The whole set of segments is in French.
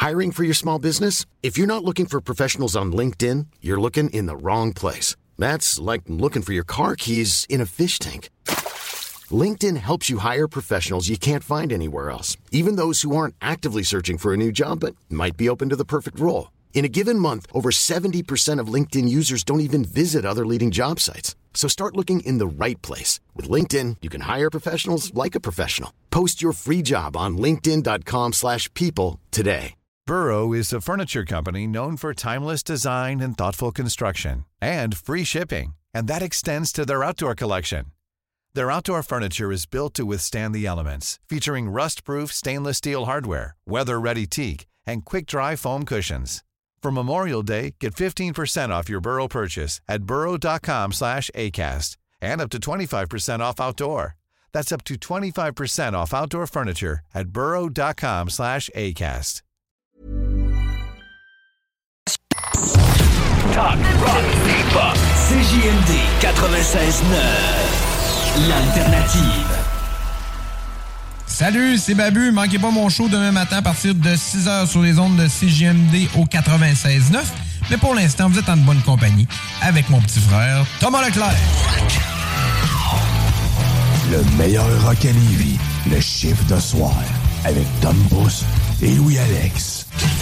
Hiring for your small business? If you're not looking for professionals on LinkedIn, you're looking in the wrong place. That's like looking for your car keys in a fish tank. LinkedIn helps you hire professionals you can't find anywhere else, even those who aren't actively searching for a new job but might be open to the perfect role. In a given month, over 70% of LinkedIn users don't even visit other leading job sites. So start looking in the right place. With LinkedIn, you can hire professionals like a professional. Post your free job on linkedin.com/people today. Burrow is a furniture company known for timeless design and thoughtful construction, and free shipping, and that extends to their outdoor collection. Their outdoor furniture is built to withstand the elements, featuring rust-proof stainless steel hardware, weather-ready teak, and quick-dry foam cushions. For Memorial Day, get 15% off your Burrow purchase at burrow.com/acast, and up to 25% off outdoor. That's up to 25% off outdoor furniture at burrow.com/acast. Talk, rock, hip-hop. CJMD 96.9. L'alternative. Salut, c'est Babu. Manquez pas mon show demain matin à partir de 6h sur les ondes de CJMD au 96.9. Mais pour l'instant, vous êtes en bonne compagnie avec mon petit frère Thomas Leclerc. Le meilleur rock à Lévis, le chiffre de soir, avec Tom Pousse et Louis-Alex.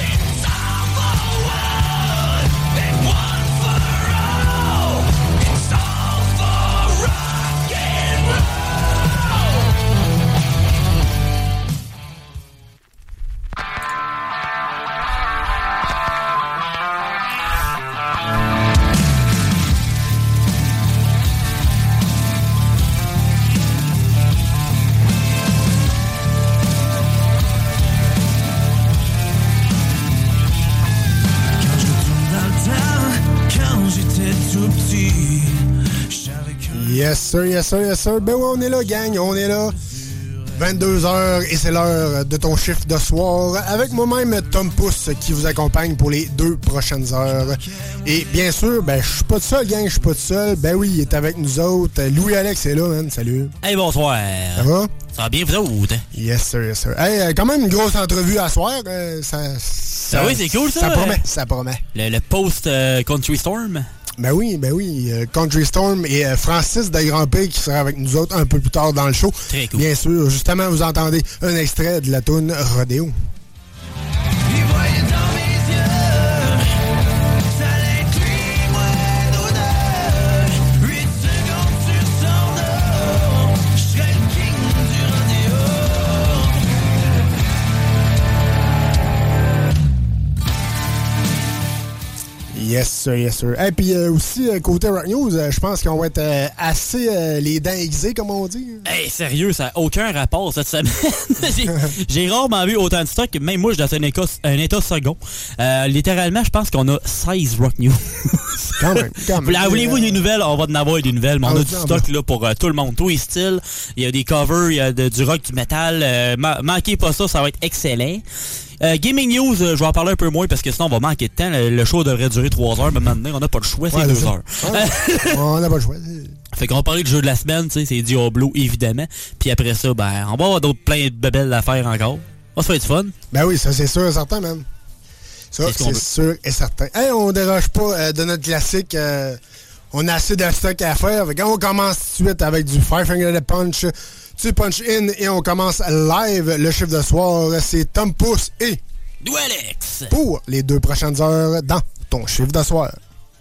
Yes sir, yes sir, yes sir. Ben ouais, on est là, gang, on est là. 22h et c'est l'heure de ton chiffre de soir avec moi-même Tom Pousse qui vous accompagne pour les 2 prochaines heures. Et bien sûr, ben je suis pas tout seul, gang, je suis pas tout seul. Ben oui, il est avec nous autres. Louis-Alex est là, man, salut. Hey, bonsoir. Ça va? Ça va bien, vous autres? Yes sir, yes sir. Hey, quand même une grosse entrevue à soir. Ah oui, c'est cool ça. Ça promet. Le post-Country Storm. Ben oui. Country Storm et Francis de Grand-P qui sera avec nous autres un peu plus tard dans le show. Très cool. Bien sûr, justement, vous entendez un extrait de la toune Rodéo. Yes sir, yes sir. Et puis aussi, côté Rock News, je pense qu'on va être assez les dents aiguisées, comme on dit. Hey, sérieux, ça n'a aucun rapport cette semaine. J'ai rarement vu autant de stock. Même moi, je suis dans un état second. Littéralement, je pense qu'on a 16 Rock News. Quand même. Voulez-vous des nouvelles? On va en avoir des nouvelles, mais on a du stock là, pour tout le monde. Tous les styles. Il y a des covers, il y a du rock, du métal. Manquez pas ça, ça va être excellent. Gaming News, je vais en parler un peu moins parce que sinon on va manquer de temps. Le show devrait durer 3 heures, mais maintenant on n'a pas le choix, c'est 2 heures. Ouais, on n'a pas le choix. Fait qu'on va parler du jeu de la semaine, tu sais, c'est Diablo évidemment. Puis après ça, ben on va avoir d'autres plein de bebelles à faire encore. Ça va être fun. Ben oui, ça c'est sûr et certain, même. Ça, c'est sûr et certain. Hey, on déroge pas de notre classique. On a assez de stock à faire. Fait qu'on commence tout de suite avec du Five Finger Death Punch. Tu punch in et on commence live. Le chiffre de soir, c'est Tom Pousse et Louis-Alex pour les 2 prochaines heures dans ton chiffre de soir.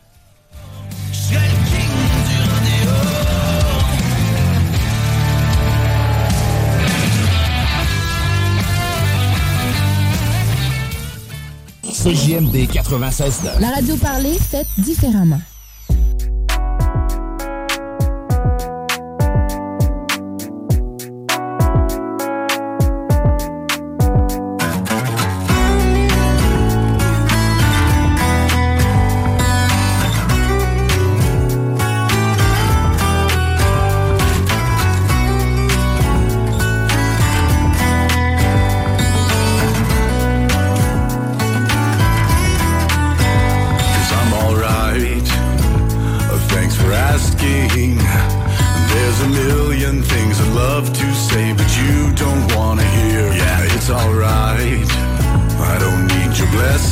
CJMD 96.9. La radio parlée, faite différemment.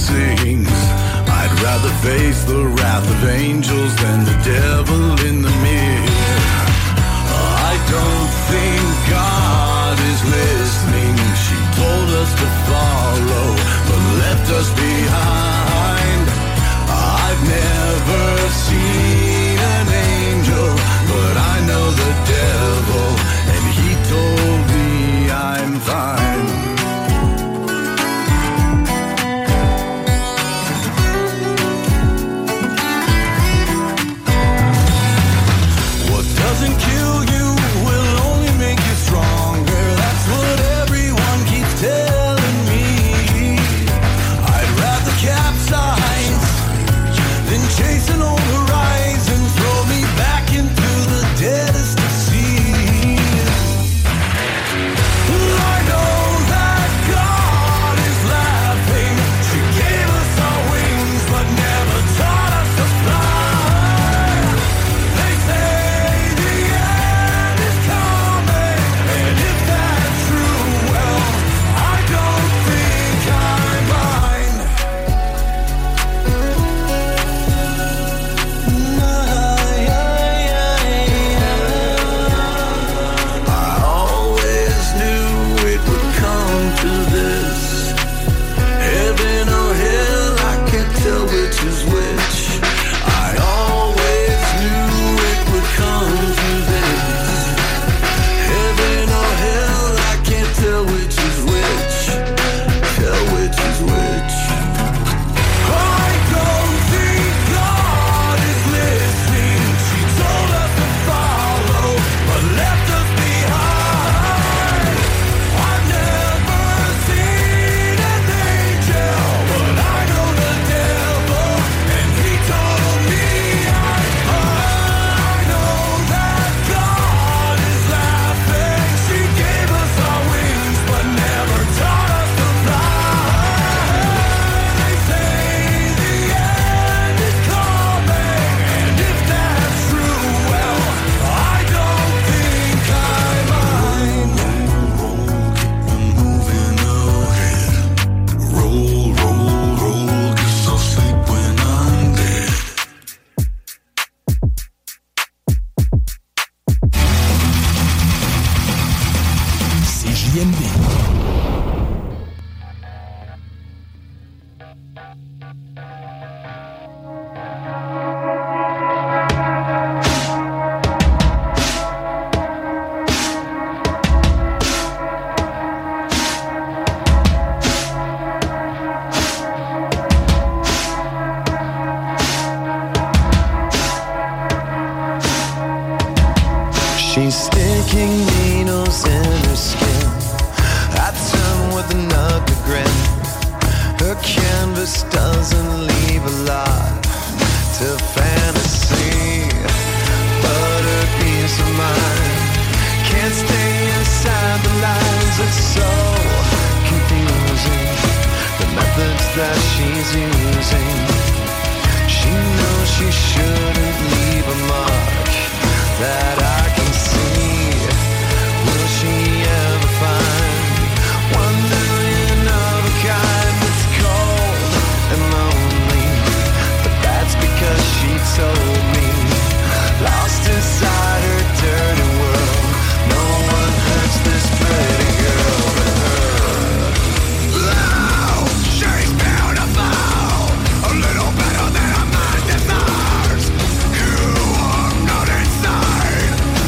sings. I'd rather face the wrath of angels than the devil in the mirror. I don't think God is listening. She told us to follow, but left us behind. I've never seen an angel, but I know the devil, and he told me I'm fine. What doesn't kill you will only make you stronger. That's what everyone keeps telling me. I'd rather capsize than chase an old horizon, throw me back into the deadest of seas. I know that God is laughing. She gave us our wings, but never taught us to fly. They say the end is coming, and if that's true, well, I don't think I mind. I always knew it would come to this. Heaven or hell, I can't tell which is which. I always knew it would come to this. Heaven or hell, I can't tell which is which. Tell which is which. I don't think God is listening. She told us to follow, but left us behind. I've never seen an angel, but I know the devil, and he told me I know that God is laughing. She gave us our wings, but never taught us to fly. They say the end is coming, and if that's true, well, I don't think I mind. Keep on moving ahead. Roll, roll, roll, 'cause I'll sleep when I'm dead. CJMD. She's sticking needles in her skin. I turn with another grin. Her canvas doesn't leave a lot to fantasy, but her peace of mind can't stay inside the lines. It's so confusing, the methods that she's using. She knows she shouldn't leave a mark that I can see. Will she ever find 1 million of a kind that's cold and lonely? But that's because she told me, lost inside her dirty world, no one hurts this pretty girl but her. Oh, she's beautiful, a little better than a man deserves. You are not insane.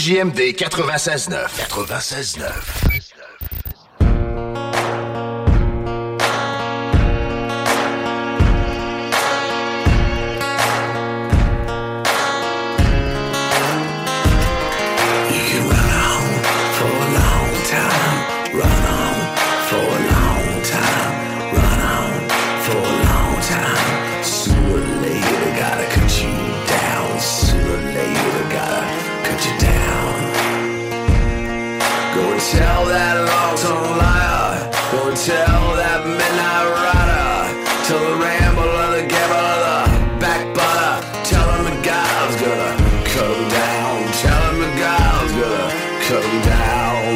CJMD 96.9. 96.9. Tell that long-tongued liar, go and tell that midnight rider, tell the rambler, the gambler, the backbiter, tell him the God's gonna cut him down, tell him the God's gonna cut him down.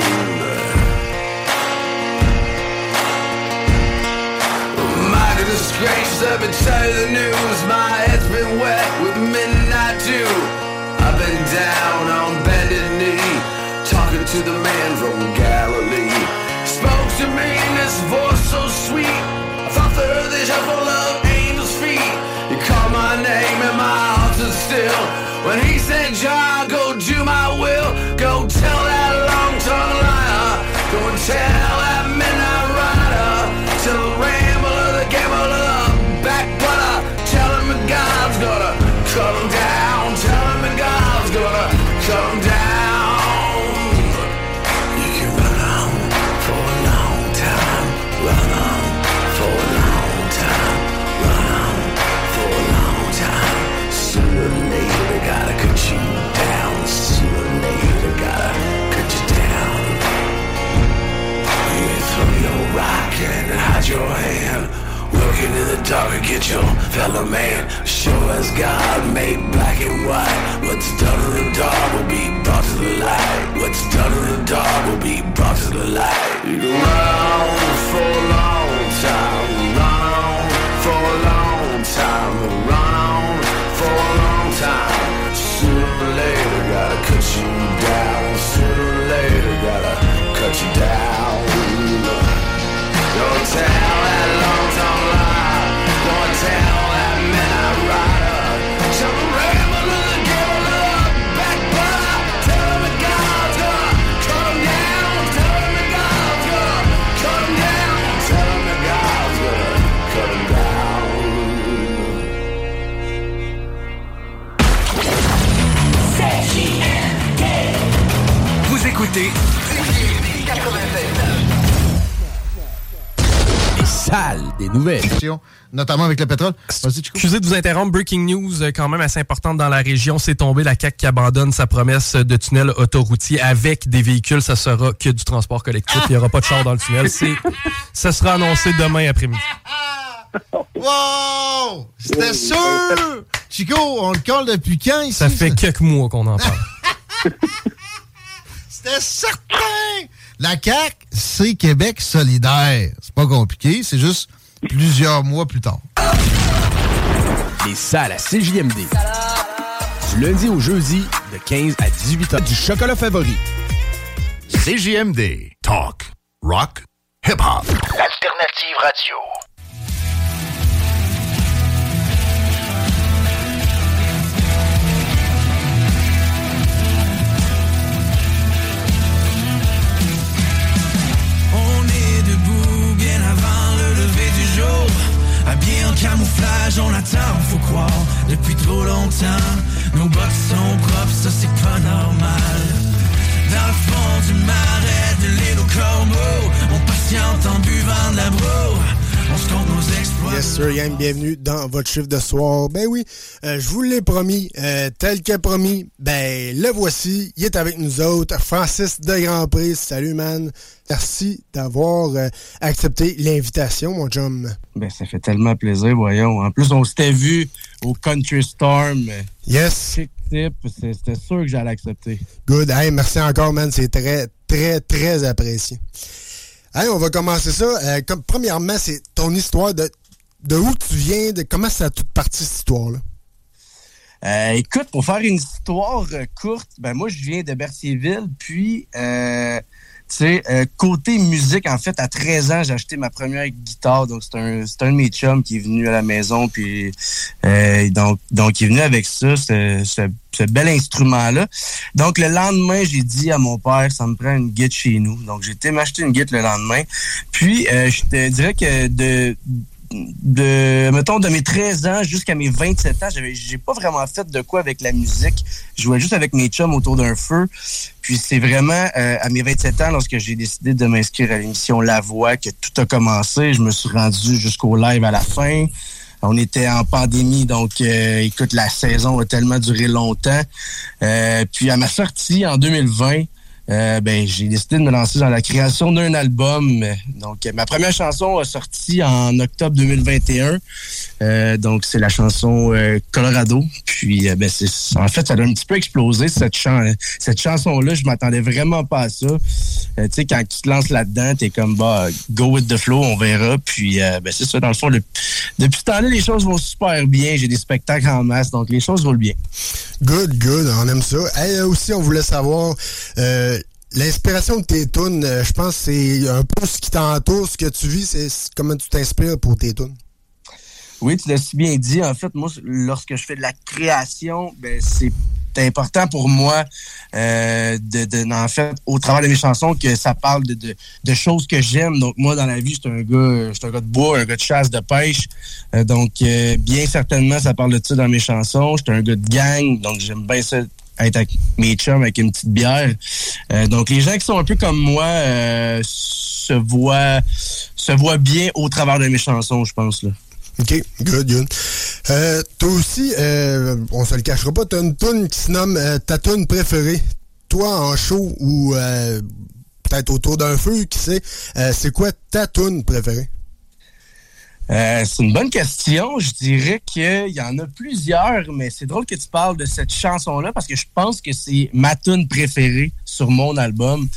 My goodness gracious, let me tell you the news, my head's been wet with midnight dew, I've been down on bended knee, talking to the man from Galilee. Spoke to me in this voice so sweet, I thought the earth is full of angels' feet. You called my name and my heart stood still when he said, John, go do my will. Go tell that long-tongued liar, go and tell that midnight rider, tell the rambler, the gambler, the backbiter, tell him that God's gonna cut him down, tell him that God's gonna cut him down. Hide your hand, working in the dark and get your fellow man. Show as God made black and white. What's done in the dark will be brought to the light. What's done in the dark will be brought to the light. You can run on for a long time, run on for a long time, run on for a long time. Sooner or later gotta cut you down, sooner or later gotta cut you down. Don't tell that long-tongued lie, don't tell that midnight rider, tell the rambler, the gambler, backbiter, tell him that God's gonna cut him down, tell him that God's gonna cut him down, tell him that God's gonna cut him down. Vous écoutez CJMD 96.9. Salle des nouvelles. Notamment avec le pétrole. Vas-y, Chico. Excusez de vous interrompre. Breaking news quand même assez importante dans la région. C'est tombé. La CAQ qui abandonne sa promesse de tunnel autoroutier avec des véhicules. Ça sera que du transport collectif. Il n'y aura pas de char dans le tunnel. Ça sera annoncé demain après-midi. Wow! C'était sûr! Chico, on le colle depuis quand ici? Ça fait quelques mois qu'on en parle. C'était certain! La CAQ, c'est Québec solidaire. C'est pas compliqué, c'est juste plusieurs mois plus tard. Les salles à CJMD. Du lundi au jeudi, de 15 à 18 h. Du chocolat favori. CJMD. Talk, rock, hip-hop. L'alternative radio. Habillés en camouflage, on attend, faut croire, depuis trop longtemps. Nos bottes sont propres, ça c'est pas normal. Dans le fond du marais de l'île aux corbeaux, on patiente en buvant de la broue. On se compte nos exploits. Yes sir, Yann, bienvenue dans votre chiffre de soir. Ben oui, je vous l'ai promis, tel que promis, ben le voici, il est avec nous autres, Francis de Grand Prix. Salut man, merci d'avoir accepté l'invitation, mon chum. Ben ça fait tellement plaisir, voyons. En plus, on s'était vu au Country Storm. Yes. C'était sûr que j'allais accepter. Good, hey, merci encore man, c'est très, très, très apprécié. Hey, on va commencer ça. Comme premièrement, c'est ton histoire de où tu viens, de comment ça a toute partie cette histoire-là. Écoute, pour faire une histoire courte, ben moi je viens de Berthierville, puis sais, côté musique, en fait, à 13 ans, j'ai acheté ma première guitare. Donc, c'est un de mes chums qui est venu à la maison. Puis, donc, il est venu avec ça, ce bel instrument-là. Donc, le lendemain, j'ai dit à mon père, ça me prend une guitare chez nous. Donc, j'ai été m'acheter une guitare le lendemain. Puis, je te dirais que de mes 13 ans jusqu'à mes 27 ans, j'ai pas vraiment fait de quoi avec la musique. Je jouais juste avec mes chums autour d'un feu. Puis c'est vraiment à mes 27 ans, lorsque j'ai décidé de m'inscrire à l'émission La Voix, que tout a commencé. Je me suis rendu jusqu'au live à la fin. On était en pandémie, donc écoute, la saison a tellement duré longtemps. Puis à ma sortie en 2020, j'ai décidé de me lancer dans la création d'un album. Donc, ma première chanson a sorti en octobre 2021. Donc, c'est la chanson Colorado. Puis, en fait, ça a un petit peu explosé, cette chanson-là. Je m'attendais vraiment pas à ça. Tu sais, quand tu te lances là-dedans, t'es comme, go with the flow, on verra. Puis, c'est ça, dans le fond, depuis ce temps-là, les choses vont super bien. J'ai des spectacles en masse, donc les choses roulent bien. Good, on aime ça. Hey, aussi, on voulait savoir... l'inspiration de tes tunes, je pense que c'est un peu ce qui t'entoure, ce que tu vis, c'est comment tu t'inspires pour tes tunes. Oui, tu l'as si bien dit. En fait, moi, lorsque je fais de la création, c'est important pour moi, en fait, au travers de mes chansons, que ça parle de choses que j'aime. Donc, moi, dans la vie, je suis un gars de bois, un gars de chasse, de pêche. Donc, bien certainement, ça parle de ça dans mes chansons. Je suis un gars de gang, donc j'aime bien ça, être avec mes chums avec une petite bière. Donc, les gens qui sont un peu comme moi se voient bien au travers de mes chansons, je pense, là. OK, good. Toi aussi, on se le cachera pas, t'as une toune qui se nomme ta toune préférée. Toi, en show ou peut-être autour d'un feu, qui sait, c'est quoi ta toune préférée? C'est une bonne question. Je dirais qu'il y en a plusieurs, mais c'est drôle que tu parles de cette chanson-là parce que je pense que c'est ma tune préférée sur mon album.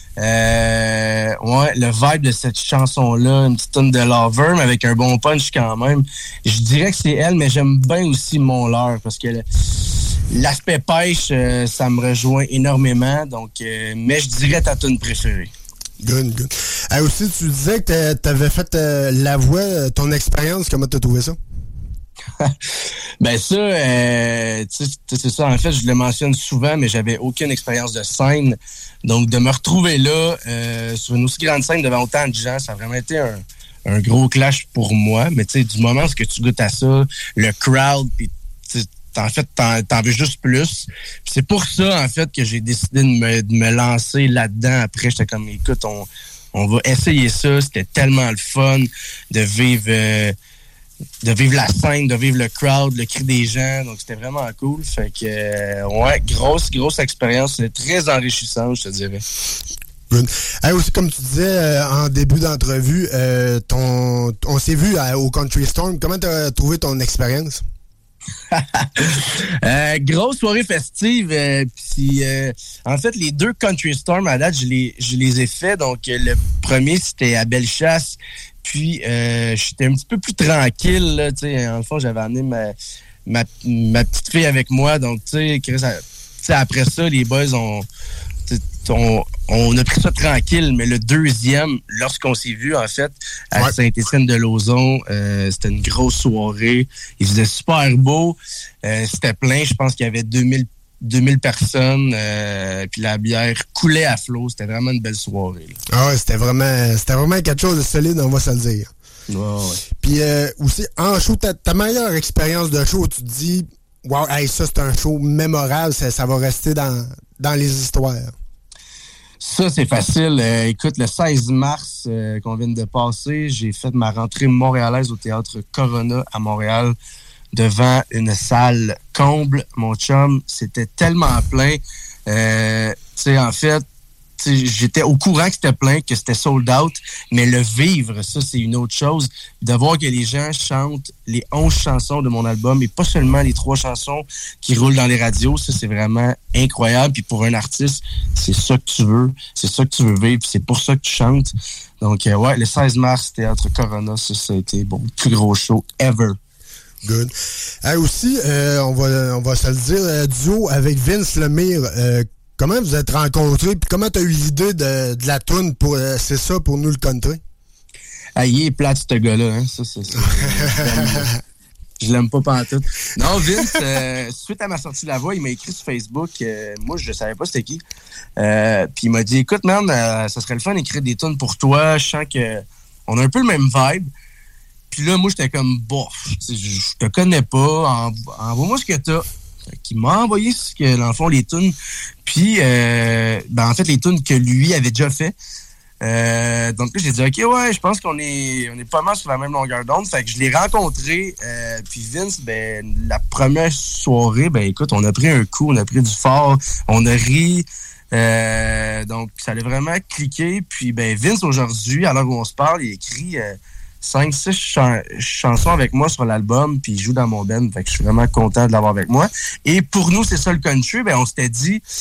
Le vibe de cette chanson-là, une petite tune de Lover, mais avec un bon punch quand même. Je dirais que c'est elle, mais j'aime bien aussi Mon Leurre parce que l'aspect pêche, ça me rejoint énormément. Donc, mais je dirais ta tune préférée. Good. Aussi, tu disais que t'avais fait La Voix, ton expérience, comment t'as trouvé ça? C'est ça. En fait, je le mentionne souvent, mais j'avais aucune expérience de scène. Donc, de me retrouver là, sur une aussi grande scène devant autant de gens, ça a vraiment été un gros clash pour moi. Mais tu sais, du moment où tu goûtes à ça, le crowd, puis en fait, t'en veux juste plus. Puis c'est pour ça, en fait, que j'ai décidé de me lancer là-dedans. Après, j'étais comme, écoute, on va essayer ça. C'était tellement le fun de vivre la scène, de vivre le crowd, le cri des gens. Donc, c'était vraiment cool. Fait que, grosse expérience. C'était très enrichissant, je te dirais. Good. Aussi, comme tu disais en début d'entrevue, on s'est vu au Country Storm. Comment t'as trouvé ton expérience? Grosse soirée festive. Puis en fait, les deux Country Storm à date, je les ai fait. Donc, le premier, c'était à Bellechasse. Puis, j'étais un petit peu plus tranquille. Là, en fond, j'avais amené ma petite fille avec moi. Donc, tu sais, après ça, les boys on a pris ça tranquille, mais le deuxième, lorsqu'on s'est vu, en fait, à Saint-Étienne-de-Lauzon, c'était une grosse soirée. Il faisait super beau. C'était plein. Je pense qu'il y avait 2000 personnes. Puis la bière coulait à flot. C'était vraiment une belle soirée. Là. Ah ouais, c'était vraiment quelque chose de solide, on va se le dire. Ouais. Puis aussi, en show, ta meilleure expérience de show, tu te dis, wow, hey, ça, c'est un show mémorable. Ça va rester dans les histoires. Ça, c'est facile. Écoute, le 16 mars qu'on vient de passer, j'ai fait ma rentrée montréalaise au Théâtre Corona à Montréal devant une salle comble. Mon chum, c'était tellement plein. Tu sais, en fait, j'étais au courant que c'était plein, que c'était sold out, mais le vivre, ça, c'est une autre chose. De voir que les gens chantent les 11 chansons de mon album et pas seulement les 3 chansons qui roulent dans les radios, ça, c'est vraiment incroyable. Puis pour un artiste, c'est ça que tu veux, c'est ça que tu veux vivre, puis c'est pour ça que tu chantes. Donc, le 16 mars, Théâtre Corona, ça a été le plus gros show ever. Good. Aussi, on va se le dire, duo avec Vince Lemire, comment vous êtes rencontrés, puis comment t'as eu l'idée de la toune pour C'est ça pour nous le country? Ah, il est plate, ce gars-là, hein. Ça. Je l'aime pas pantoute. Non, Vince, suite à ma sortie de la voix, il m'a écrit sur Facebook. Moi, je savais pas c'était qui. Puis il m'a dit, écoute, man, ça serait le fun d'écrire des tunes pour toi. Je sens qu'on a un peu le même vibe. Puis là, moi, j'étais comme, bof, je te connais pas. Envoie-moi ce que t'as. Qui m'a envoyé dans le fond, les tunes. Puis, en fait, les tunes que lui avait déjà fait. Donc là, j'ai dit, OK, ouais, je pense qu'on est pas mal sur la même longueur d'onde. Fait que je l'ai rencontré. Puis Vince, la première soirée, écoute, on a pris un coup, on a pris du fort, on a ri. Donc, ça a vraiment cliqué. Puis, Vince, aujourd'hui, à l'heure où on se parle, il écrit 5-6 chansons avec moi sur l'album, puis il joue dans mon band. Fait que je suis vraiment content de l'avoir avec moi. Et pour nous, c'est ça le country. On s'était dit, tu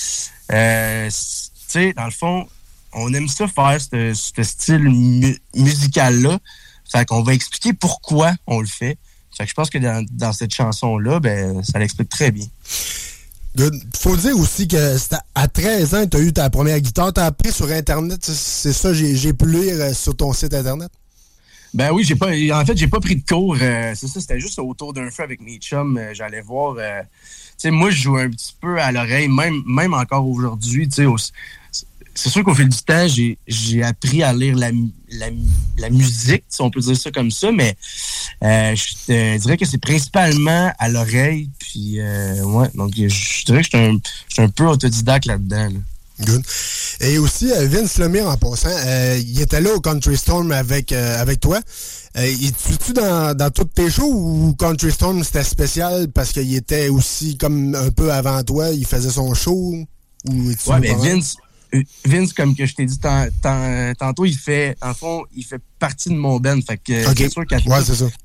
sais, dans le fond, on aime ça faire ce style musical-là. Fait qu'on va expliquer pourquoi on le fait. Fait que je pense que dans cette chanson-là, ça l'explique très bien. Good. Faut dire aussi que à 13 ans, tu as eu ta première guitare. Tu as appris sur Internet. C'est ça, j'ai pu lire sur ton site Internet. Ben oui, j'ai pas pris de cours. C'est ça, c'était juste autour d'un feu avec mes chums. J'allais voir. Tu sais, moi, je joue un petit peu à l'oreille, même encore aujourd'hui. Tu sais, c'est sûr qu'au fil du temps, j'ai appris à lire la musique, si on peut dire ça comme ça, mais je te dirais que c'est principalement à l'oreille. Puis, ouais, donc je dirais que je suis un peu autodidacte là-dedans. Là. Good. Et aussi, Vince Lemire, en passant, il était là au Country Storm avec toi. Il tu dans toutes tes shows ou Country Storm, c'était spécial parce qu'il était aussi comme un peu avant toi, il faisait son show? Ouais, mais Vince, comme que je t'ai dit tantôt, il fait partie de mon band. Fait que c'est sûr qu'à c'est ça.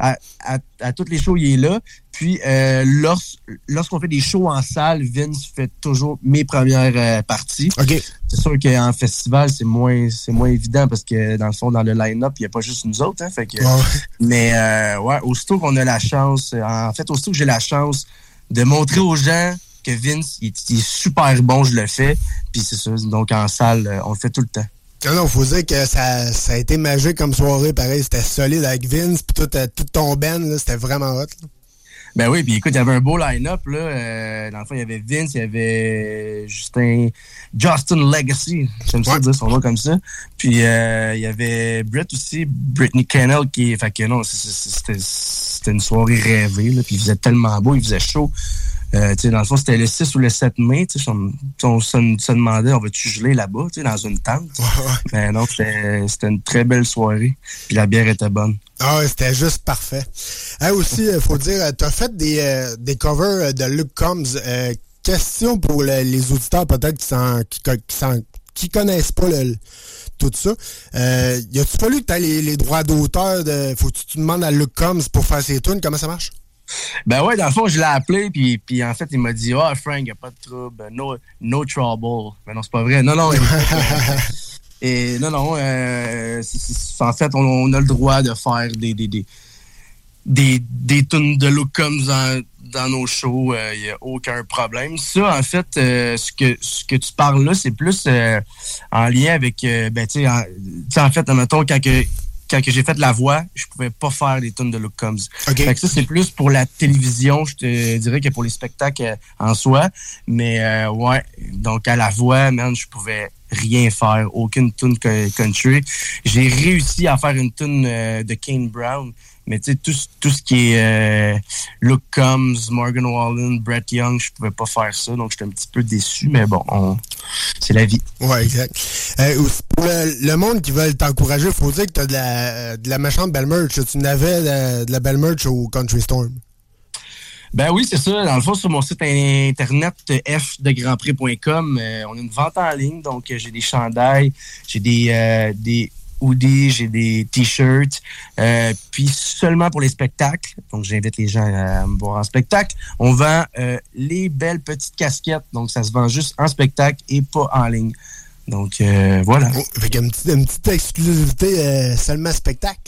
À toutes les shows, il est là. Puis, lorsqu'on fait des shows en salle, Vince fait toujours mes premières parties. Okay. C'est sûr qu'en festival, c'est moins évident parce que, dans le fond, dans le line-up, il n'y a pas juste nous autres. Hein, fait que, mais, ouais, aussitôt qu'on a la chance, aussitôt que j'ai la chance de montrer aux gens que Vince, il est super bon, je le fais. Puis c'est ça. Donc, en salle, on le fait tout le temps. Non, faut dire que ça a été magique comme soirée, pareil, c'était solide avec Vince, puis tout ton band, là, c'était vraiment hot. Là. Ben oui, puis écoute, il y avait un beau line-up, là. Dans le fond, il y avait Vince, il y avait Justin Legacy, j'aime ça dire son nom comme ça. Puis il y avait Brett aussi, Brittany Cannell, fait que non, c'était une soirée rêvée, là, puis il faisait tellement beau, il faisait chaud. Dans le fond, c'était le 6 ou le 7 mai. On se demandait, on va-tu geler là-bas, dans une tente? Mais non, c'était une très belle soirée. Puis la bière était bonne. Ah ouais, c'était juste parfait. Aussi, il faut dire, tu as fait des covers de Luke Combs. Question pour les auditeurs peut-être qui connaissent pas tout ça. Y a-tu fallu que tu aies les droits d'auteur? Faut que tu demandes à Luke Combs pour faire ses tunes? Comment ça marche? Ben ouais, dans le fond, je l'ai appelé, puis en fait, il m'a dit « Ah, Frank, y a pas de trouble, no trouble. » Mais non, c'est pas vrai. Non. Et non, en fait, on a le droit de faire des tunes de Luke Combs dans nos shows. Il n'y a aucun problème. Ça, en fait, ce que tu parles là, c'est plus en lien avec, tu sais, en fait, mettons, quand j'ai fait la voix, je pouvais pas faire des tunes de Luke Combs. Okay. Fait que ça, c'est plus pour la télévision, je te dirais, que pour les spectacles en soi. Mais ouais, donc à la voix, man, je pouvais rien faire, aucune tune country. J'ai réussi à faire une tune de Kane Brown, mais tu sais, tout ce qui est Luke Combs, Morgan Wallen, Brett Young, je pouvais pas faire ça, donc j'étais un petit peu déçu, mais bon, c'est la vie. Ouais, exact. Pour le monde qui veut t'encourager, il faut dire que tu as de la méchante belle merch. Tu n'avais de la belle merch au Country Storm. Ben oui, c'est ça. Dans le fond, sur mon site internet fdegrandprix.com, on a une vente en ligne, donc j'ai des chandails, j'ai des hoodies, j'ai des t-shirts, puis seulement pour les spectacles. Donc, j'invite les gens à me voir en spectacle. On vend les belles petites casquettes, donc ça se vend juste en spectacle et pas en ligne. Donc, voilà. Avec une petite exclusivité seulement spectacle.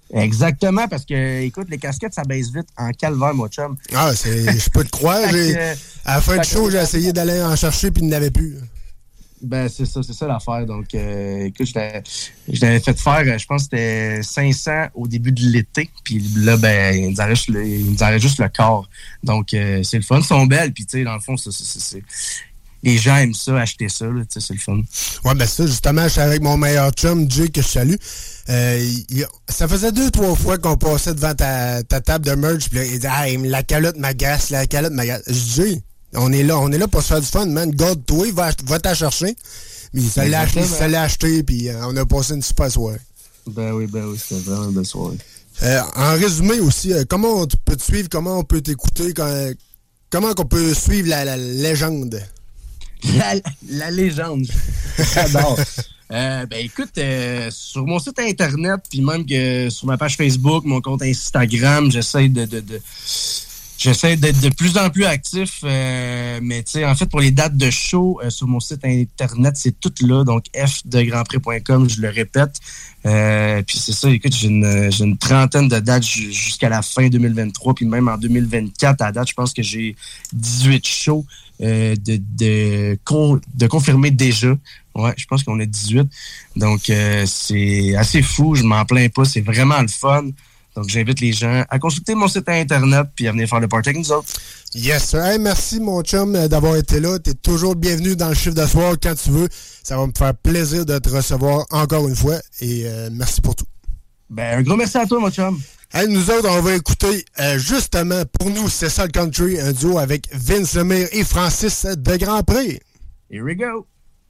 Exactement, parce que, écoute, les casquettes, ça baisse vite en calvaire, mon chum. Ah, je peux te croire. À la fin du show, j'ai essayé d'aller en chercher, puis il n'avait plus. Ben, c'est ça l'affaire. Donc, écoute, je l'avais fait faire, je pense que c'était 500 au début de l'été. Puis là, ben, il nous arrête juste le corps. Donc, c'est le fun. Ils sont belles. Puis, tu sais, dans le fond, c'est les gens aiment ça, acheter ça. Tu sais, c'est le fun. Ouais, ben ça, justement, je suis avec mon meilleur chum, Jay, que je salue. Ça faisait 2-3 fois qu'on passait devant ta table de merch. Puis là, il dit, ah, la calotte m'agace, la calotte m'agace. Je dis, Jay, on est là pour se faire du fun, man. Garde-toi, va t'en chercher. Mais ça l'a acheté, puis on a passé une super soirée. Ben oui, c'était vraiment une belle soirée. En résumé aussi, comment on peut te suivre, comment on peut t'écouter, comment on peut suivre la légende? La légende, j'adore. Ben écoute, sur mon site internet, puis même que sur ma page Facebook, mon compte Instagram, j'essaie d'être de plus en plus actif, mais tu sais, en fait, pour les dates de show, sur mon site internet, c'est tout là, donc fdegrandprix.com, je le répète. Puis c'est ça, écoute, j'ai une trentaine de dates jusqu'à la fin 2023, puis même en 2024, à date, je pense que j'ai 18 shows de confirmer déjà. Ouais, je pense qu'on a 18. Donc, c'est assez fou, je m'en plains pas, c'est vraiment le fun. Donc, j'invite les gens à consulter mon site internet puis à venir faire le party avec nous autres. Yes, sir. Hey, merci, mon chum, d'avoir été là. T'es toujours bienvenu dans le chiffre de soir quand tu veux. Ça va me faire plaisir de te recevoir encore une fois. Et merci pour tout. Ben, un gros merci à toi, mon chum. Hey, nous autres, on va écouter, justement, pour nous, c'est ça le country, un duo avec Vince Lemire et Francis de Grandpré. Here we go.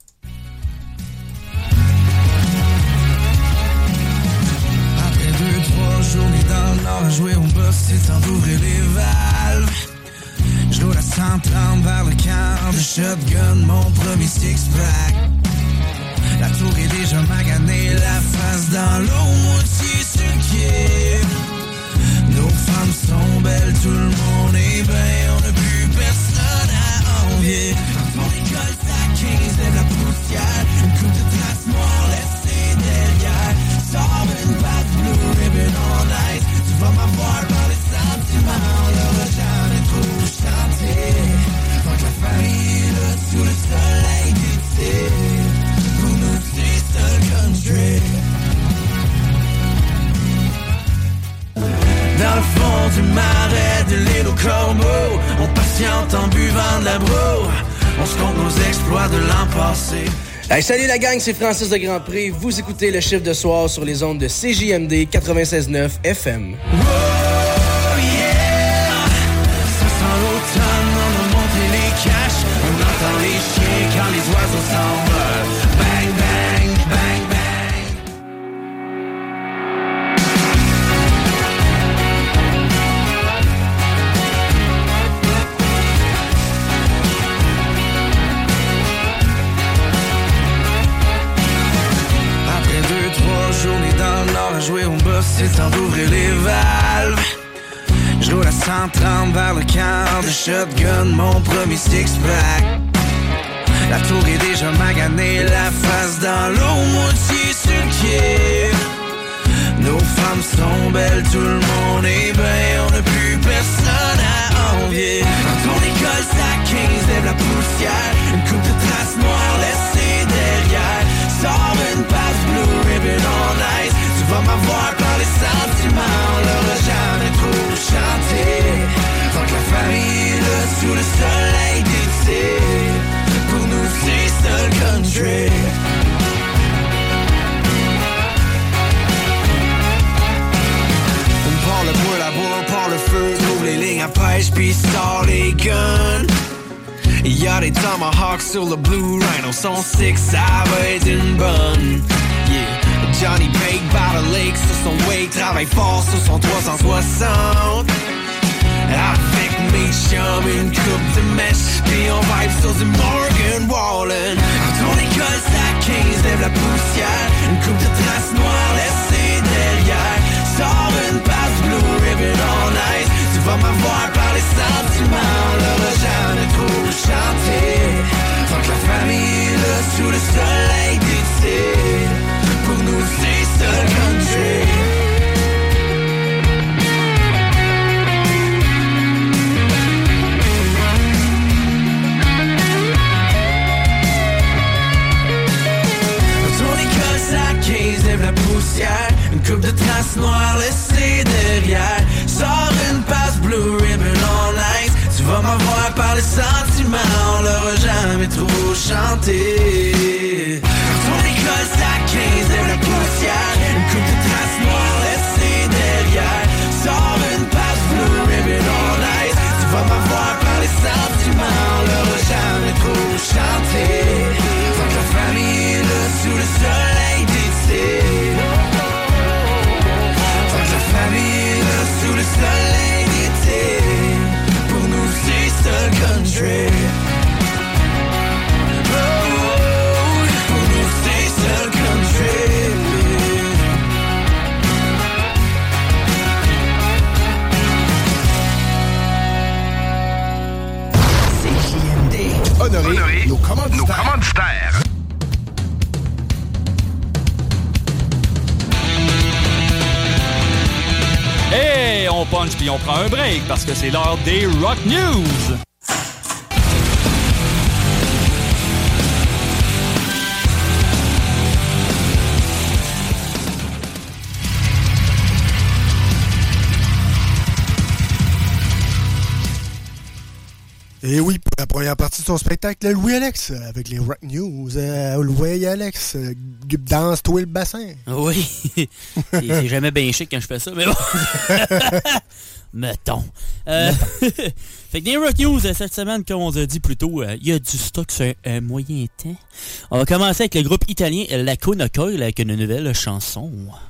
Journée dans le nord à jouer au boss, c'est temps d'ouvrir les valves. Je roule à 130 vers le camp de shotgun, mon premier six-pack. La tour est déjà maganée, la face dans l'eau, moitié sur le quai. Nos femmes sont belles, tout le monde est bien, on n'a plus personne à envier. Quand on école sa 15, lève la poussière, une coupe de traces noires laissée derrière. Sors une patte bleue, ribbon on ice. Tu vas m'avoir par les sentiments, on l'aura jamais trop chanté. Tant que la famille est là, sous le soleil d'été. Pour nous, c'est ça le country. Dans le fond du marais de l'île aux corbeaux, on patiente en buvant de la broue. On se compte nos exploits de l'an passé. Hey, salut la gang, c'est Francis de Grandpré. Vous écoutez le chiffre de soir sur les ondes de CJMD 96.9 FM. Oh yeah! Ça sent l'automne, on a monté les caches. On entend les chiens quand les oiseaux s'envolent. Bang, bang, bang, bang. Journée dans le nord à jouer au boss, c'est temps d'ouvrir les valves. Je roule à 130 vers le camp de shotgun, mon premier six-pack. La tour est déjà maganée, la face dans l'eau, moitié sur le quai. Nos femmes sont belles, tout le monde est bien, on n'a plus personne à envier. Quand on école sa 15, lève la poussière, une coupe de traces noires laissée derrière. Sors une passe bleue, ribbon on ice. Tu vas m'avoir par les sentiments, on l'aura jamais trop chanté. Tant que la famille est là, sous le soleil d'été. Pour nous, c'est ça le country. On part le bois, la bois, on part le feu. Trouve les lignes à pêche, puis sort les guns. Y'a des tomahawks sur le Blue Rhino. Son six, ça va être une bonne. Yeah. Johnny Bake par le lake sur son wake. Travaille fort sur son 360. Avec mes chums, une coupe de mèche. Puis on vibe sur du Morgan Wallen. Quand on école sa 15, lève la poussière. Une coupe de traces noires laissée derrière. Sors une passe blue, ribbon on ice. Tu vas m'avoir par les sentiments, on l'aura jamais trop chanté. Tant que la famille est là, sous le soleil d'été. Pour nous, c'est ça le country. poussière, une coupe de traces noires laissées derrière. Sors une passe Blue Ribbon en ice. Tu vas m'avoir par les sentiments, on l'aura jamais trop chanté. Ton école c'est à 15 de la poussière, une coupe de traces noires laissées derrière. Sors une passe Blue Ribbon en ice. Tu vas m'avoir par les sentiments, on l'aura jamais trop chanté. Tant que la famille est là sous le soleil d'été. Tant que la famille est là sous le soleil d'été. Pour nous c'est seul country. Pour nous c'est seul country. Honorer nos commanditaires. Hey, on punch puis on prend un break parce que c'est l'heure des Rock News. Et oui, pour la première partie de son spectacle, Louis-Alex, avec les Rock News. Louis-Alex, danse-toi le bassin. Oui, c'est jamais bien chic quand je fais ça, mais bon. Mettons. Fait que des Rock News, cette semaine, comme on a dit plus tôt, il y a du stock sur un moyen temps. On va commencer avec le groupe italien Lacuna Coil avec une nouvelle chanson.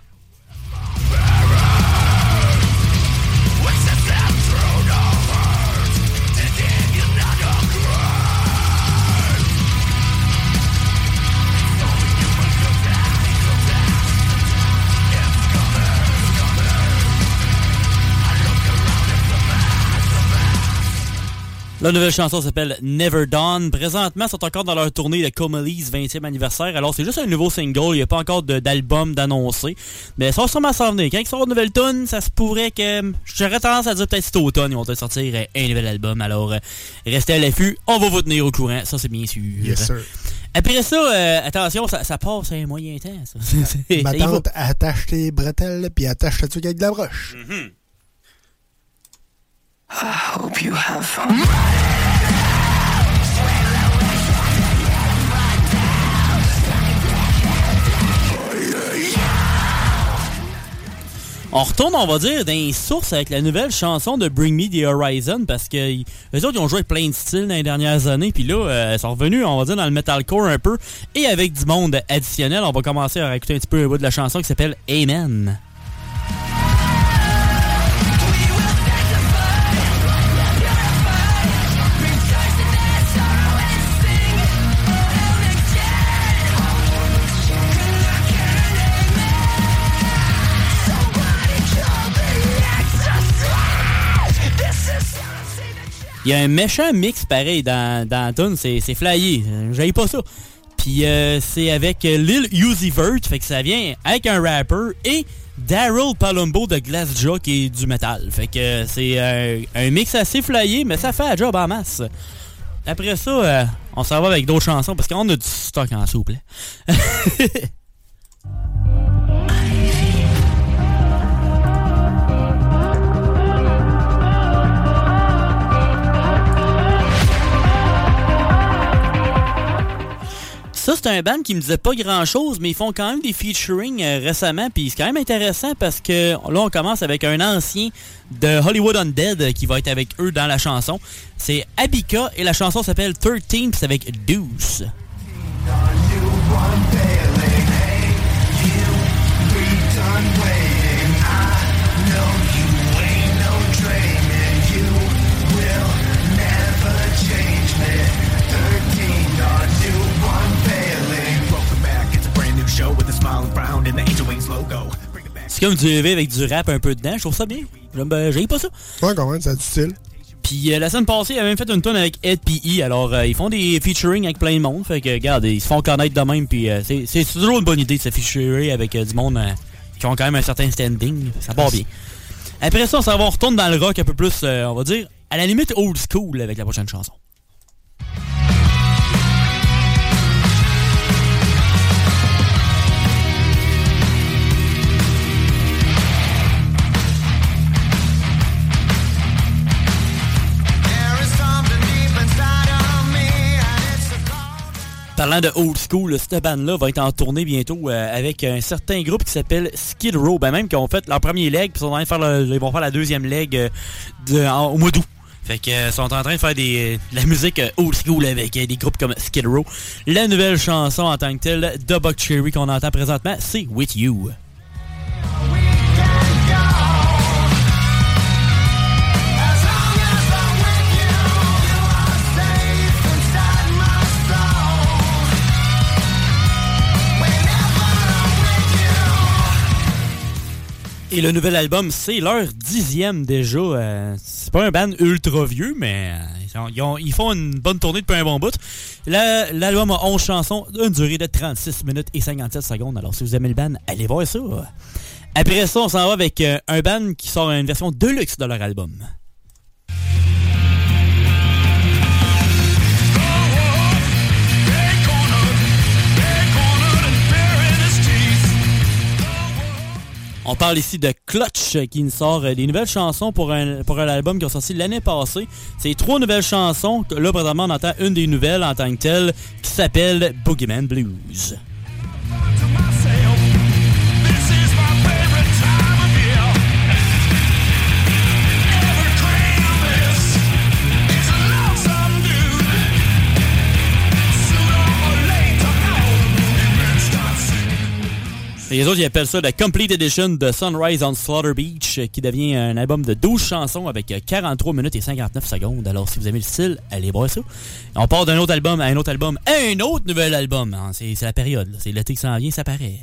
La nouvelle chanson s'appelle Never Dawn. Présentement, ils sont encore dans leur tournée de Comelli's 20e anniversaire. Alors, c'est juste un nouveau single. Il n'y a pas encore d'album d'annoncer. Mais ça va sûrement s'en venir. Quand ils sortent une nouvelle tune, ça se pourrait que... J'aurais tendance à dire peut-être cet automne, ils vont peut-être sortir un nouvel album. Alors, restez à l'affût. On va vous tenir au courant. Ça, c'est bien sûr. Yes, sir. Après ça, attention, ça passe à un moyen temps. Ça. Ma tante, attache tes bretelles puis attache ta tuque avec de la broche. Mm-hmm. I hope you have fun. On retourne, on va dire, dans les sources avec la nouvelle chanson de Bring Me the Horizon parce que eux autres, ils ont joué avec plein de styles dans les dernières années. Puis là, ils sont revenus, on va dire, dans le metalcore un peu et avec du monde additionnel. On va commencer à écouter un petit peu un bout de la chanson qui s'appelle Amen. Il y a un méchant mix pareil dans la tune, c'est flyé, j'aille pas ça. Puis c'est avec Lil Uzi Vert, fait que ça vient avec un rapper et Daryl Palumbo de Glassjaw qui est du métal. Fait que c'est un mix assez flyé, mais ça fait la job en masse. Après ça, on s'en va avec d'autres chansons parce qu'on a du stock en souple. Ça, c'est un band qui me disait pas grand-chose, mais ils font quand même des featuring récemment, puis c'est quand même intéressant parce que là, on commence avec un ancien de Hollywood Undead qui va être avec eux dans la chanson. C'est Abika et la chanson s'appelle 13, puis c'est avec Deuce. C'est comme du EV avec du rap un peu dedans, je trouve ça bien. J'aime pas ça. Ouais, quand même, ça a du style. Puis la semaine passée, il a même fait une tune avec Ed P.E. Alors, ils font des featuring avec plein de monde. Fait que, regarde, ils se font connaître de même. Puis c'est toujours une bonne idée de se featurer avec du monde qui ont quand même un certain standing. Ça part bien. Après ça, on retourne dans le rock un peu plus, on va dire, à la limite old school avec la prochaine chanson. Parlant de old school, cette bande-là va être en tournée bientôt avec un certain groupe qui s'appelle Skid Row. Ben même qui ont fait leur premier leg, puis ils vont faire la deuxième leg au mois d'août. Fait que sont en train de faire de la musique old school avec des groupes comme Skid Row. La nouvelle chanson en tant que telle de Buck Cherry qu'on entend présentement, c'est With You. Et le nouvel album, c'est leur 10e déjà. C'est pas un band ultra vieux, mais ils font une bonne tournée depuis un bon bout. L'album a 11 chansons d'une durée de 36 minutes et 57 secondes. Alors si vous aimez le band, allez voir ça. Après ça, on s'en va avec un band qui sort une version deluxe de leur album. On parle ici de Clutch qui nous sort des nouvelles chansons pour un album qui a sorti l'année passée. C'est 3 nouvelles chansons. Là, présentement, on entend une des nouvelles en tant que telle qui s'appelle Boogeyman Blues. Et les autres, ils appellent ça la Complete Edition de Sunrise on Slaughter Beach, qui devient un album de 12 chansons avec 43 minutes et 59 secondes. Alors, si vous aimez le style, allez voir ça. On part d'un autre album à un autre album à un autre nouvel album. C'est la période, là. C'est l'été qui s'en vient, ça paraît.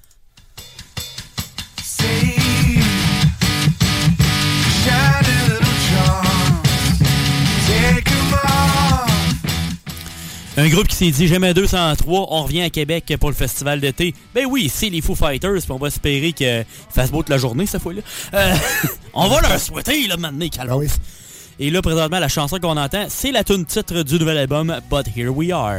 Un groupe qui s'est dit jamais 203, on revient à Québec pour le festival d'été. Ben oui, c'est les Foo Fighters, puis on va espérer qu'il fasse beau toute la journée cette fois-là. On va leur souhaiter, là, maintenant, calme. Oui. Et là, présentement, la chanson qu'on entend, c'est la tune titre du nouvel album, But Here We Are.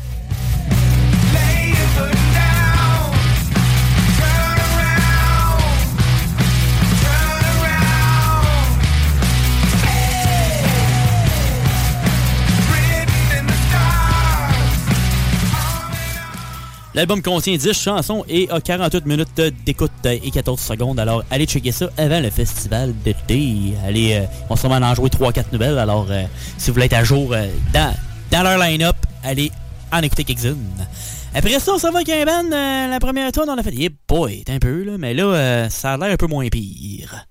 L'album contient 10 chansons et a 48 minutes d'écoute et 14 secondes. Alors, allez checker ça avant le festival d'été. Allez, on va sûrement en jouer 3-4 nouvelles. Alors, si vous voulez être à jour dans leur line-up, allez en écouter quelques-unes. Après ça, on s'en va avec un band. La première tourne, on a fait « Yeah boy », un peu, là. Mais là, ça a l'air un peu moins pire.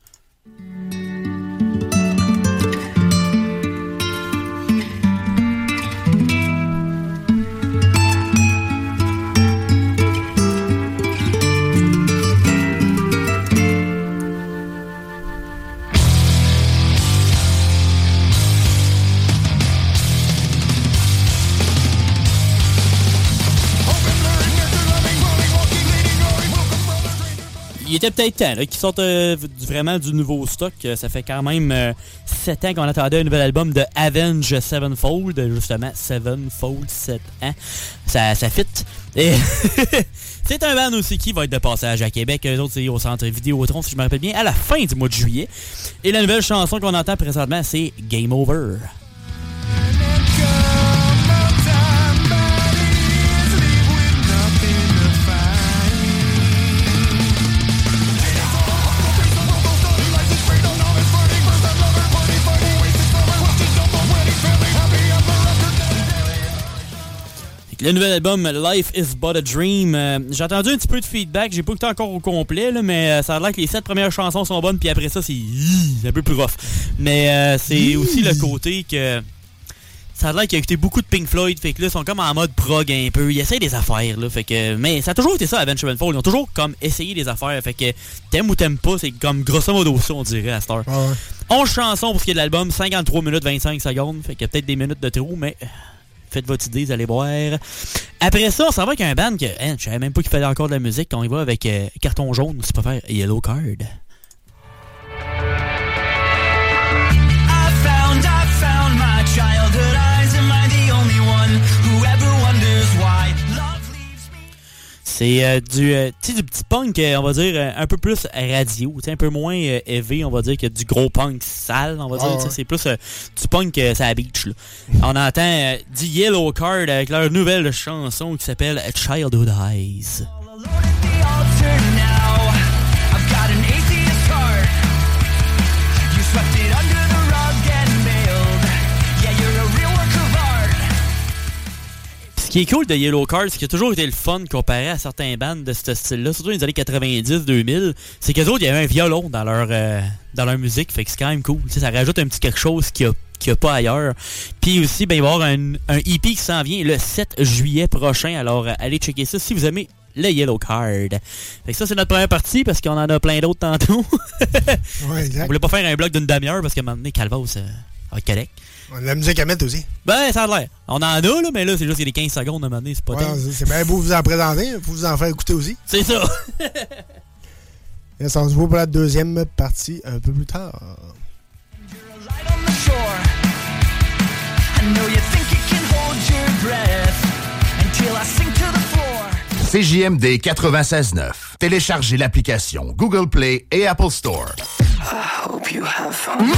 Il était peut-être temps qu'ils sortent vraiment du nouveau stock. Ça fait quand même 7 ans qu'on attendait un nouvel album de Avenged Sevenfold. Justement, Sevenfold, 7 ans. Ça fit. Et c'est un band aussi qui va être de passage à Québec. Eux autres, c'est au Centre Vidéotron, si je me rappelle bien, à la fin du mois de juillet. Et la nouvelle chanson qu'on entend présentement, c'est Game Over. Le nouvel album Life is But a Dream. J'ai entendu un petit peu de feedback, j'ai pas écouté encore au complet, là, mais ça a l'air que les 7 premières chansons sont bonnes, puis après ça, c'est un peu plus rough. Mais c'est aussi le côté que ça a l'air qu'il a écouté beaucoup de Pink Floyd, fait que là, ils sont comme en mode prog un peu. Ils essayent des affaires, là, fait que... Mais ça a toujours été ça, Avenged Sevenfold. Ils ont toujours comme essayé des affaires, fait que t'aimes ou t'aimes pas, c'est comme grosso modo ça, on dirait, à cette heure. Ah ouais. 11 chansons pour ce qui est de l'album, 53 minutes 25 secondes, fait qu'il y a peut-être des minutes de trop, mais... Faites votre idée, vous allez boire. Après ça, on s'en va avec un band que je savais même pas qu'il fallait encore de la musique. On y va avec Carton Jaune, ou si tu préfères Yellow Card. I found my childhood eyes. Am I the only one who ever wonders why love leaves me? C'est du petit punk, on va dire, un peu plus radio, un peu moins heavy, on va dire, que du gros punk sale, on va dire. Ouais. C'est plus du punk à la beach. Là. On entend du Yellow Card avec leur nouvelle chanson qui s'appelle Childhood Eyes. Ce qui est cool de Yellow Card, c'est qu'il a toujours été le fun comparé à certains bands de ce style-là, surtout dans les années 90-2000, c'est qu'eux autres, il y avait un violon dans leur musique, fait que c'est quand même cool. T'sais, ça rajoute un petit quelque chose qu'il n'y a pas ailleurs. Puis aussi, ben, il va y avoir un EP qui s'en vient le 7 juillet prochain, alors allez checker ça si vous aimez le Yellow Card. Fait que ça, c'est notre première partie, parce qu'on en a plein d'autres tantôt. Ouais, exact. On voulait pas faire un bloc d'une demi-heure, parce qu'à un moment donné, Calvas va être correct. On a de la musique à mettre aussi. Ben, ça a l'air. On en a, là, mais là, c'est juste qu'il y a des 15 secondes à un moment donné, c'est pas tant. C'est bien beau vous en présenter, il faut vous en faire écouter aussi. C'est ça. Et ça se voit pour la deuxième partie un peu plus tard. CJMD 96.9. Téléchargez l'application Google Play et Apple Store. I hope you have fun.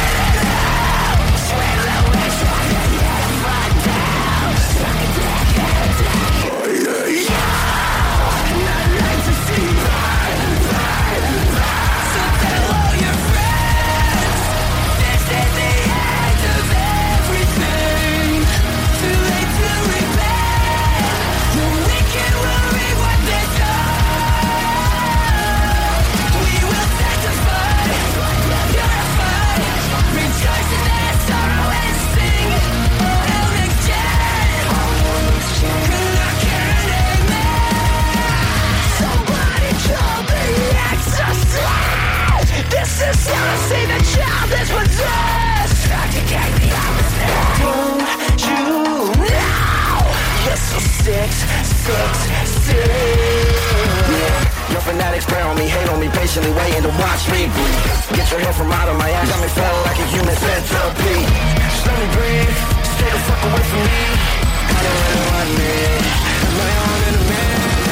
Your fanatics prey on me, hate on me, patiently waiting to watch me bleed. Get your hair from out of my ass, got me feeling like a human centipede. Just let me breathe, stay the fuck away from me. I don't really want me, my own enemy.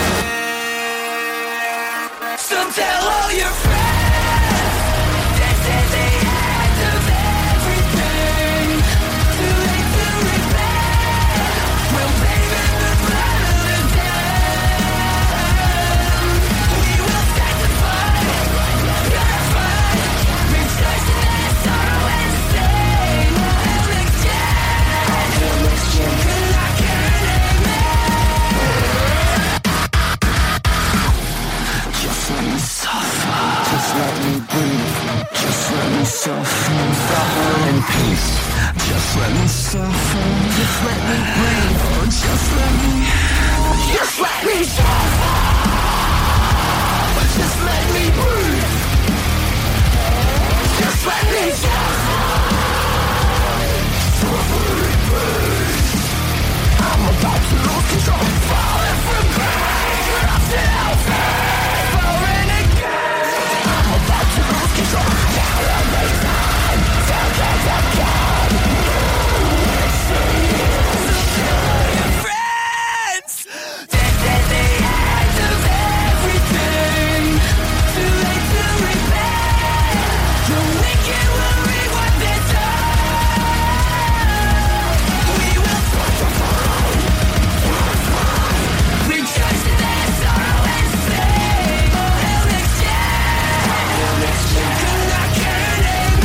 So tell all your friends, this is the end of everything. Too late to repent, we'll bathe in the blood of the dead. We will sanctify, purify, rejoice in their sorrow and sing. Hell next gen, good luck and just let me suffer, just let me breathe, just let me suffer in peace. Just let me suffer, just let me breathe, just let me suffer, just let me breathe, just let me suffer, I'm about to lose control, falling from grace, lost in hellfire, falling again. I'm about to lose control, down on my time, down, down, down, down. Friends, this is the end of everything. Too late to repent. The wicked will reap what they sow. We will rejoice in their sorrow and sing. Hell next gen, good luck and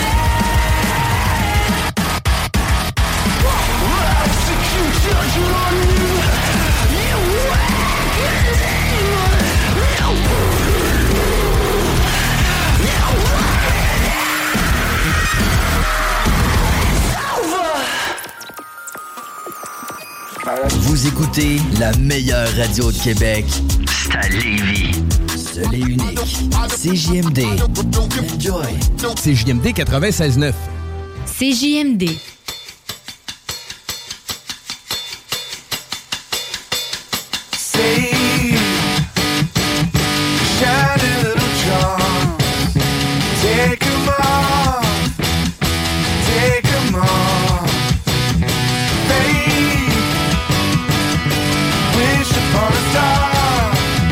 amen. Execute judgment on you. You Vous écoutez la meilleure radio de Québec. C'est à Lévis. Seul et unique. CJMD. Enjoy. CJMD 96.9. CJMD. Shiny little charms, take 'em off, take 'em off. Babe, wish upon a star,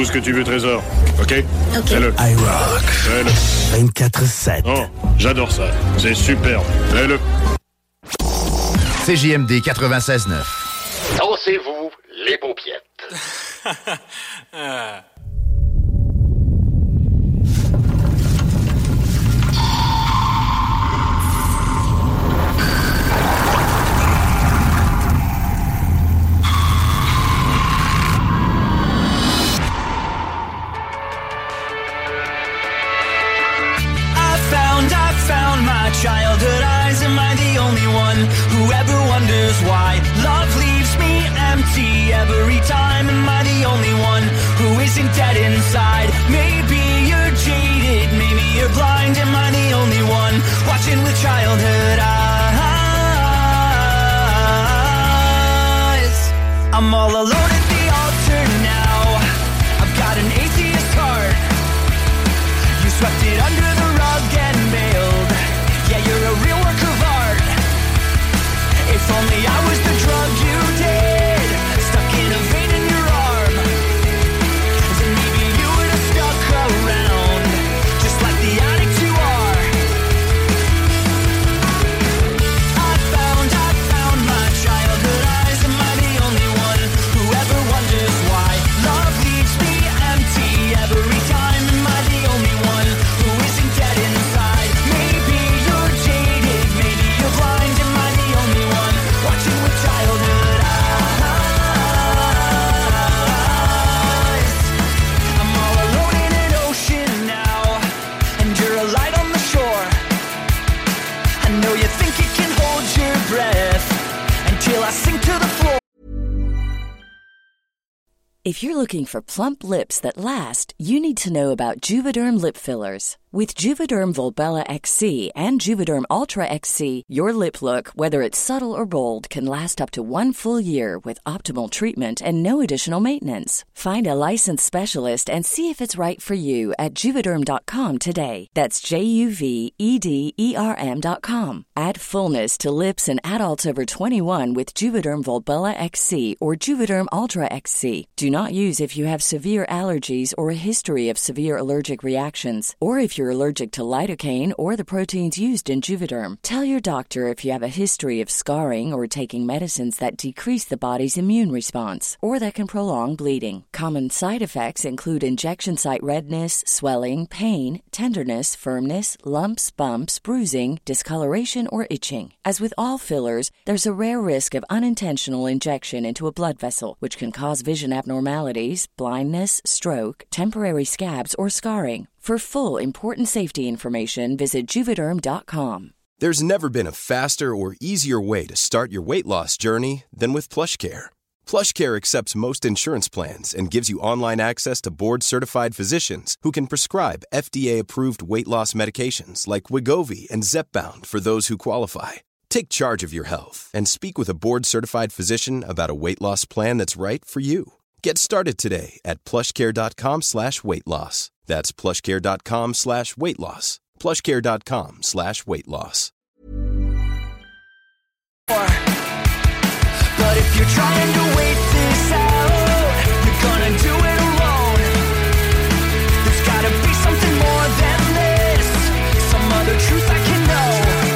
Tout ce que tu veux, Trésor. OK? Fais-le. iRock. Fais-le. 24/7. Oh, j'adore ça. C'est superbe. Fais-le. CJMD 96.9. Dansez-vous les paupiettes. Childhood eyes, am I the only one who ever wonders why love leaves me empty every time? Am I the only one who isn't dead inside? Maybe you're jaded, maybe you're blind. Am I the only one watching with childhood eyes? I'm all alone at the altar now. I've got an atheist heart. You swept it under the rug and bailed. Yeah, you're a real work of art. If only I was the drug you did, stuck in a vein in your arm, then maybe you would have stuck around, just like the addict you are. I found my childhood eyes. Am I the only one who ever wonders why love leaves me empty every time? Am I the only one who isn't dead inside? Maybe you're jaded, maybe you're blind. Am I the only one watching with childhood eyes? I'm all alone in an ocean now, and you're a light on the shore. I know you think you can hold your breath until I sink to the floor. If you're looking for plump lips that last, you need to know about Juvederm lip fillers. With Juvederm Volbella XC and Juvederm Ultra XC, your lip look, whether it's subtle or bold, can last up to 1 full year with optimal treatment and no additional maintenance. Find a licensed specialist and see if it's right for you at Juvederm.com today. That's JUVEDERM.com. Add fullness to lips in adults over 21 with Juvederm Volbella XC or Juvederm Ultra XC. Do not use if you have severe allergies or a history of severe allergic reactions, or if you're allergic to lidocaine or the proteins used in Juvederm. Tell your doctor if you have a history of scarring or taking medicines that decrease the body's immune response or that can prolong bleeding. Common side effects include injection site redness, swelling, pain, tenderness, firmness, lumps, bumps, bruising, discoloration, or itching. As with all fillers, there's a rare risk of unintentional injection into a blood vessel, which can cause vision abnormalities, blindness, stroke, temporary scabs, or scarring. For full important safety information, visit Juvederm.com. There's never been a faster or easier way to start your weight loss journey than with PlushCare. PlushCare accepts most insurance plans and gives you online access to board-certified physicians who can prescribe FDA-approved weight loss medications like Wegovy and Zepbound for those who qualify. Take charge of your health and speak with a board-certified physician about a weight loss plan that's right for you. Get started today at plushcare.com/weightloss. That's plushcare.com/weightloss. plushcare.com/weightloss. But if you're trying to wait this out, you're gonna do it alone. There's gotta be something more than this, some other truth I can know.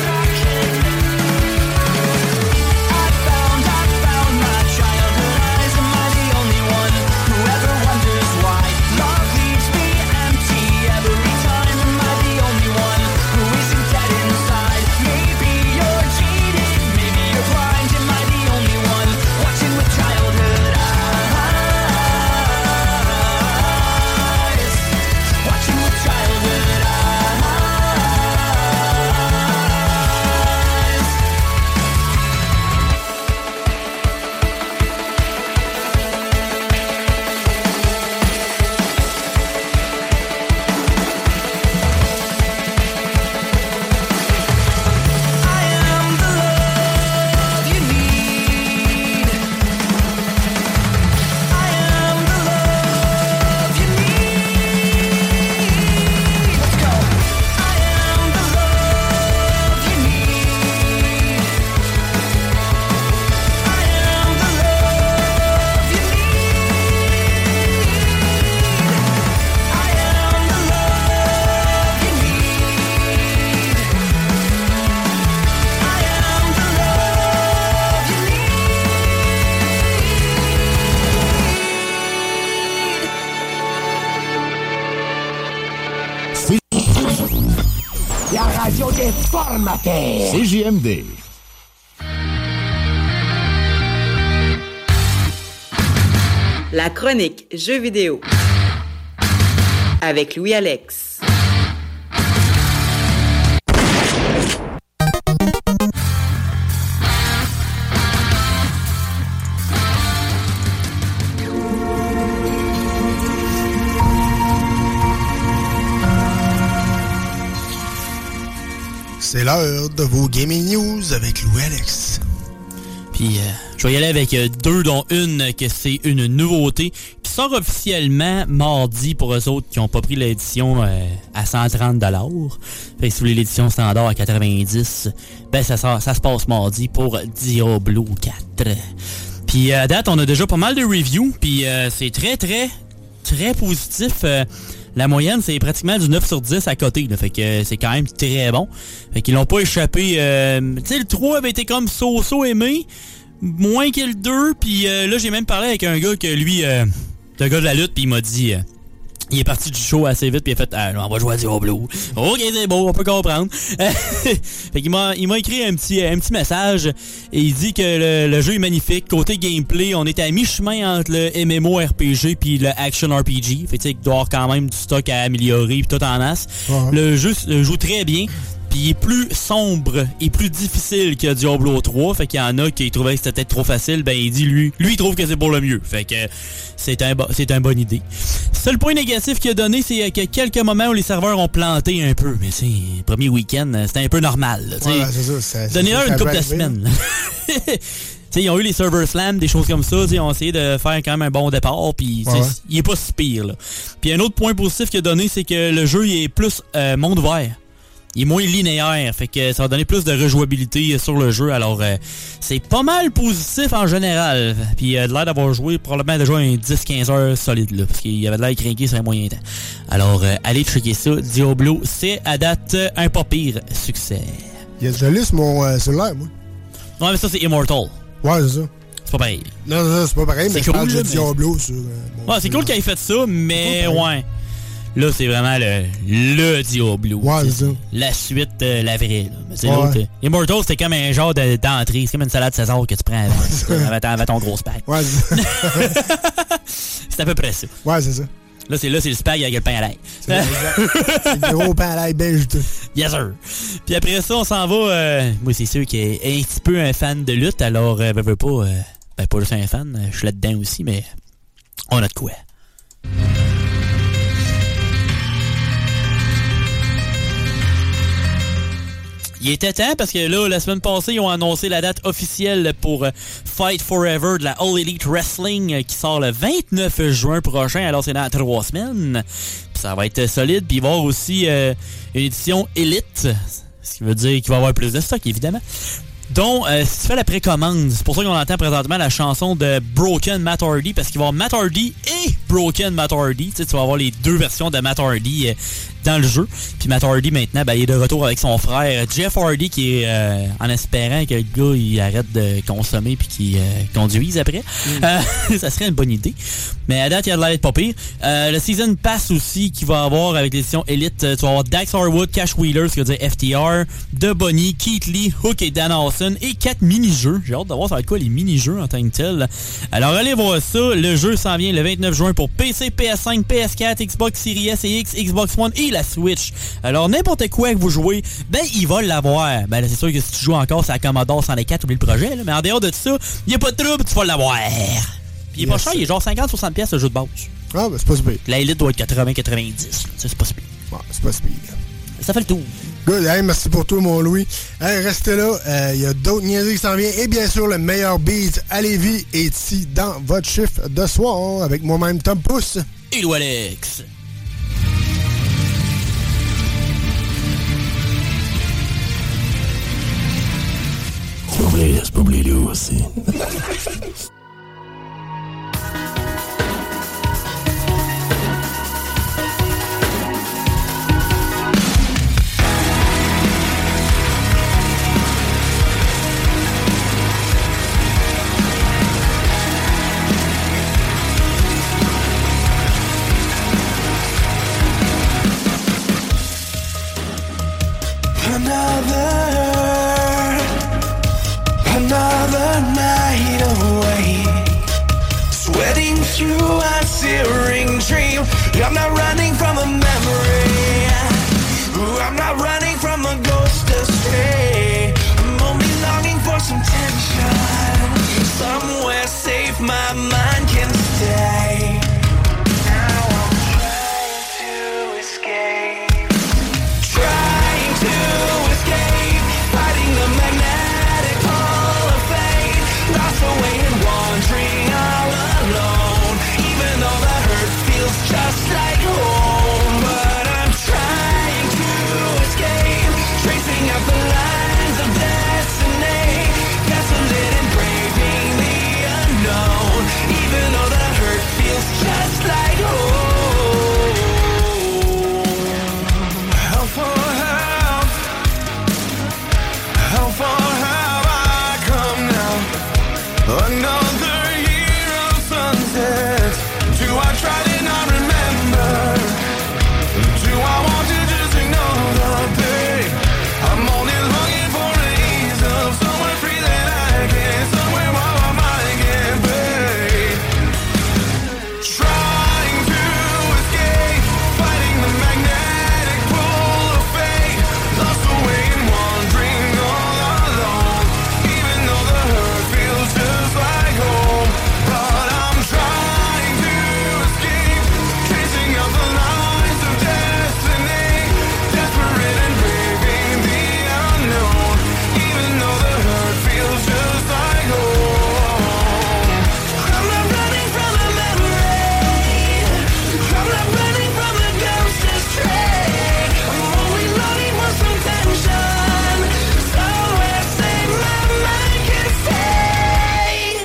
I found my childhood eyes. Am I the only one who ever wonders why love leaves me empty every time? Am I the only one who isn't dead inside? Maybe you're jaded, maybe you're blind. Am I the only one watching with childhood Formateur. CJMD. La chronique Jeux vidéo avec Louis-Alex. C'est l'heure de vos Gaming News avec Louis-Alex. Puis, je vais y aller avec deux, dont une que c'est une nouveauté qui sort officiellement mardi pour eux autres qui n'ont pas pris l'édition à 130$. Fait que si vous voulez l'édition standard à 90$, ben ça se passe mardi pour Diablo 4. Puis, à date, on a déjà pas mal de reviews, puis c'est très, très, très positif. La moyenne, c'est pratiquement du 9 sur 10 à côté. Là, fait que c'est quand même très bon. Fait qu'ils l'ont pas échappé. Tu sais, le 3 avait été comme so-so aimé. Moins que le 2. Puis là, j'ai même parlé avec un gars que lui... c'est un gars de la lutte. Puis il m'a dit... il est parti du show assez vite. Puis il a fait... on va jouer à Diablo. OK, c'est beau. On peut comprendre. Fait qu'il m'a écrit un petit message. Et il dit que le jeu est magnifique. Côté gameplay, on est à mi-chemin entre le MMORPG puis le Action RPG. Fait que tu sais, il doit y avoir quand même du stock à améliorer puis tout en masse. Ouais. Le jeu joue très bien. Puis il est plus sombre et plus difficile que Diablo 3. Fait qu'il y en a qui trouvaient que c'était peut-être trop facile. Ben il dit lui il trouve que c'est pour le mieux. Fait que c'est une bonne idée. Seul point négatif qu'il a donné, c'est que quelques moments où les serveurs ont planté un peu. Mais c'est le premier week-end, c'était un peu normal. Là, c'est ça. Donnez-leur une couple de semaines. T'sais, ils ont eu les server slams, des choses comme ça. Ils ont essayé de faire quand même un bon départ. Puis il est pas si pire. Là. Puis un autre point positif qu'il a donné, c'est que le jeu il est plus monde ouvert. Il est moins linéaire, fait que ça va donner plus de rejouabilité sur le jeu. Alors, c'est pas mal positif en général. Puis il a l'air d'avoir joué probablement déjà un 10-15 heures solide, là, parce qu'il avait l'air craqué sur un moyen temps. Alors, allez checker ça. Diablo, c'est à date un pas pire succès. Il y a déjà lu sur mon cellulaire, moi. Non, mais ça, c'est Immortal. Ouais, c'est ça. C'est pas pareil. Non, c'est pas pareil, mais je parle de Diablo sur... c'est cool qu'il ait fait ça, mais ouais. Là, c'est vraiment le Diablo. Ouais, c'est ça. La suite, la vraie. Là. Mais c'est l'autre. Immortal, c'était comme un genre d'entrée. C'est comme une salade César que tu prends avec ton gros spag. Ouais, c'est ça. C'est à peu près ça. Ouais, c'est ça. Là, c'est le spag avec le pain à l'ail. C'est le gros pain à l'ail belge, tout. Yes, sir. Puis après ça, on s'en va. Moi, c'est sûr qu'il est un petit peu un fan de lutte. Alors, veux pas... pas juste un fan. Je suis là-dedans aussi, mais on a de quoi. Il était temps parce que là, la semaine passée, ils ont annoncé la date officielle pour Fight Forever de la All Elite Wrestling qui sort le 29 juin prochain. Alors, c'est dans 3 semaines. Puis ça va être solide. Puis il va y avoir aussi une édition Elite, ce qui veut dire qu'il va y avoir plus de stock, évidemment. Donc, si tu fais la précommande, c'est pour ça qu'on entend présentement la chanson de Broken Matt Hardy, parce qu'il va y avoir Matt Hardy et Broken Matt Hardy. Tu sais, tu vas avoir les deux versions de Matt Hardy dans le jeu. Puis Matt Hardy, maintenant, il est de retour avec son frère Jeff Hardy, qui est en espérant que le gars il arrête de consommer puis qu'il conduise après. Ça serait une bonne idée. Mais à date, il y a de l'air d'être pas pire. Le Season Pass aussi, qui va avoir avec l'édition Elite, tu vas avoir Dax Harwood, Cash Wheeler, ce qui veut dire FTR, The Bunny, Keith Lee, Hook et Dan Awesome, et 4 mini-jeux. J'ai hâte de voir ça va être quoi les mini-jeux en tant que tel. Alors allez voir ça. Le jeu s'en vient le 29 juin pour PC, PS5, PS4, Xbox Series S et X, Xbox One et la Switch. Alors n'importe quoi que vous jouez, ben il va l'avoir. Ben là, c'est sûr que si tu joues encore, c'est à Commodore 104, oublie le projet. Là. Mais en dehors de ça, il n'y a pas de trouble, tu vas l'avoir. Puis il est pas cher, il est genre 50-60$ le jeu de base. Ah ben c'est pas si pire. La Elite doit être 80-90$. C'est pas si pire. Ouais, c'est pas si pire. Ça fait le tour. Good, hey, merci pour tout mon Louis. Hey, restez là, il y a d'autres niaiseries qui s'en viennent. Et bien sûr, le meilleur beat à Lévis est ici dans votre chiffre de soir avec moi-même Tom Pousse. Et Louis Alex. C'est pas oublié lui aussi. Another through a searing dream. I'm not running from a memory. Ooh, I'm not running from a ghost astray. I'm only longing for some tension. Somewhere safe my mind can stay. Now I'm trying to escape. Trying to escape. Fighting the magnetic pull of fate. Lost away and wandering all alone. Even though the hurt feels just like home. But I'm trying to escape. Tracing out the lines of destiny. Desolate and braving the unknown. Even though the hurt feels just like home. How far have I come now? Another year of sunsets. Do I try to not remember? Do I want to just ignore the pain? I'm only longing for an ease of somewhere free that I can, somewhere where my mind can be. Trying to escape, fighting the magnetic pull of fate. Lost away and wandering all alone. Even though the hurt feels just like home. But I'm trying to escape, chasing out the lines of destiny. Desperate and braving the unknown. Even though the hurt feels just like home. I'm not running from a memory. I'm not running from a ghost astray. I'm only longing for some tension. Somewhere safe my mind can stay.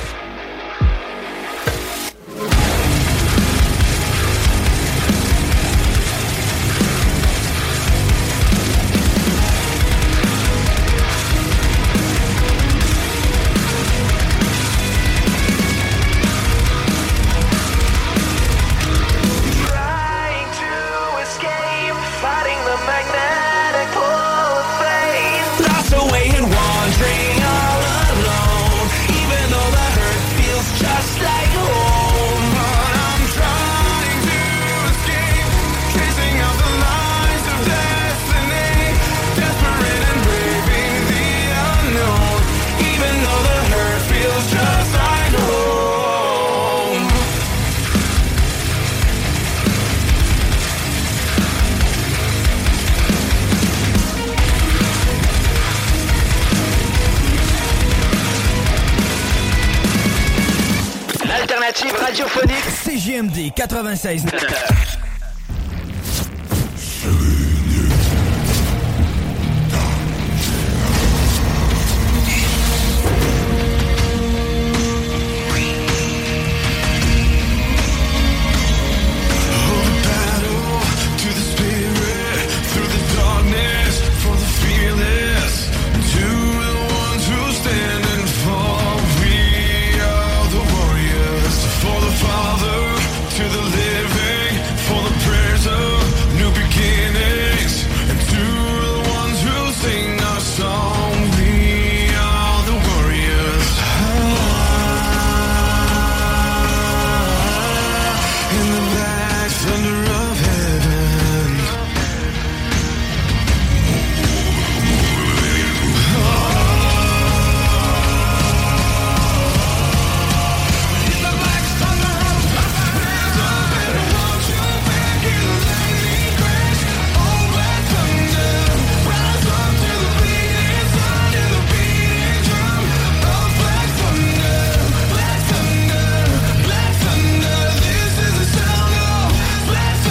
Trying to escape, fighting the magnetic pull of fate. Lost away and wandering all alone. Even though the hurt feels just like home. But I'm trying to escape, chasing out the lines of destiny. Desperate and braving the unknown. Even though the hurt feels just like home. L'alternative radiophonique CJMD 96.9. To the spirit, through the darkness, for the fearless, to the ones who stand and fall. We are the warriors. For the Father, to the living, for the prayers of new beginnings, and to the ones who sing our song. We are the warriors. In the black thunder of heaven. Black thunder, this is the sound of black thunder.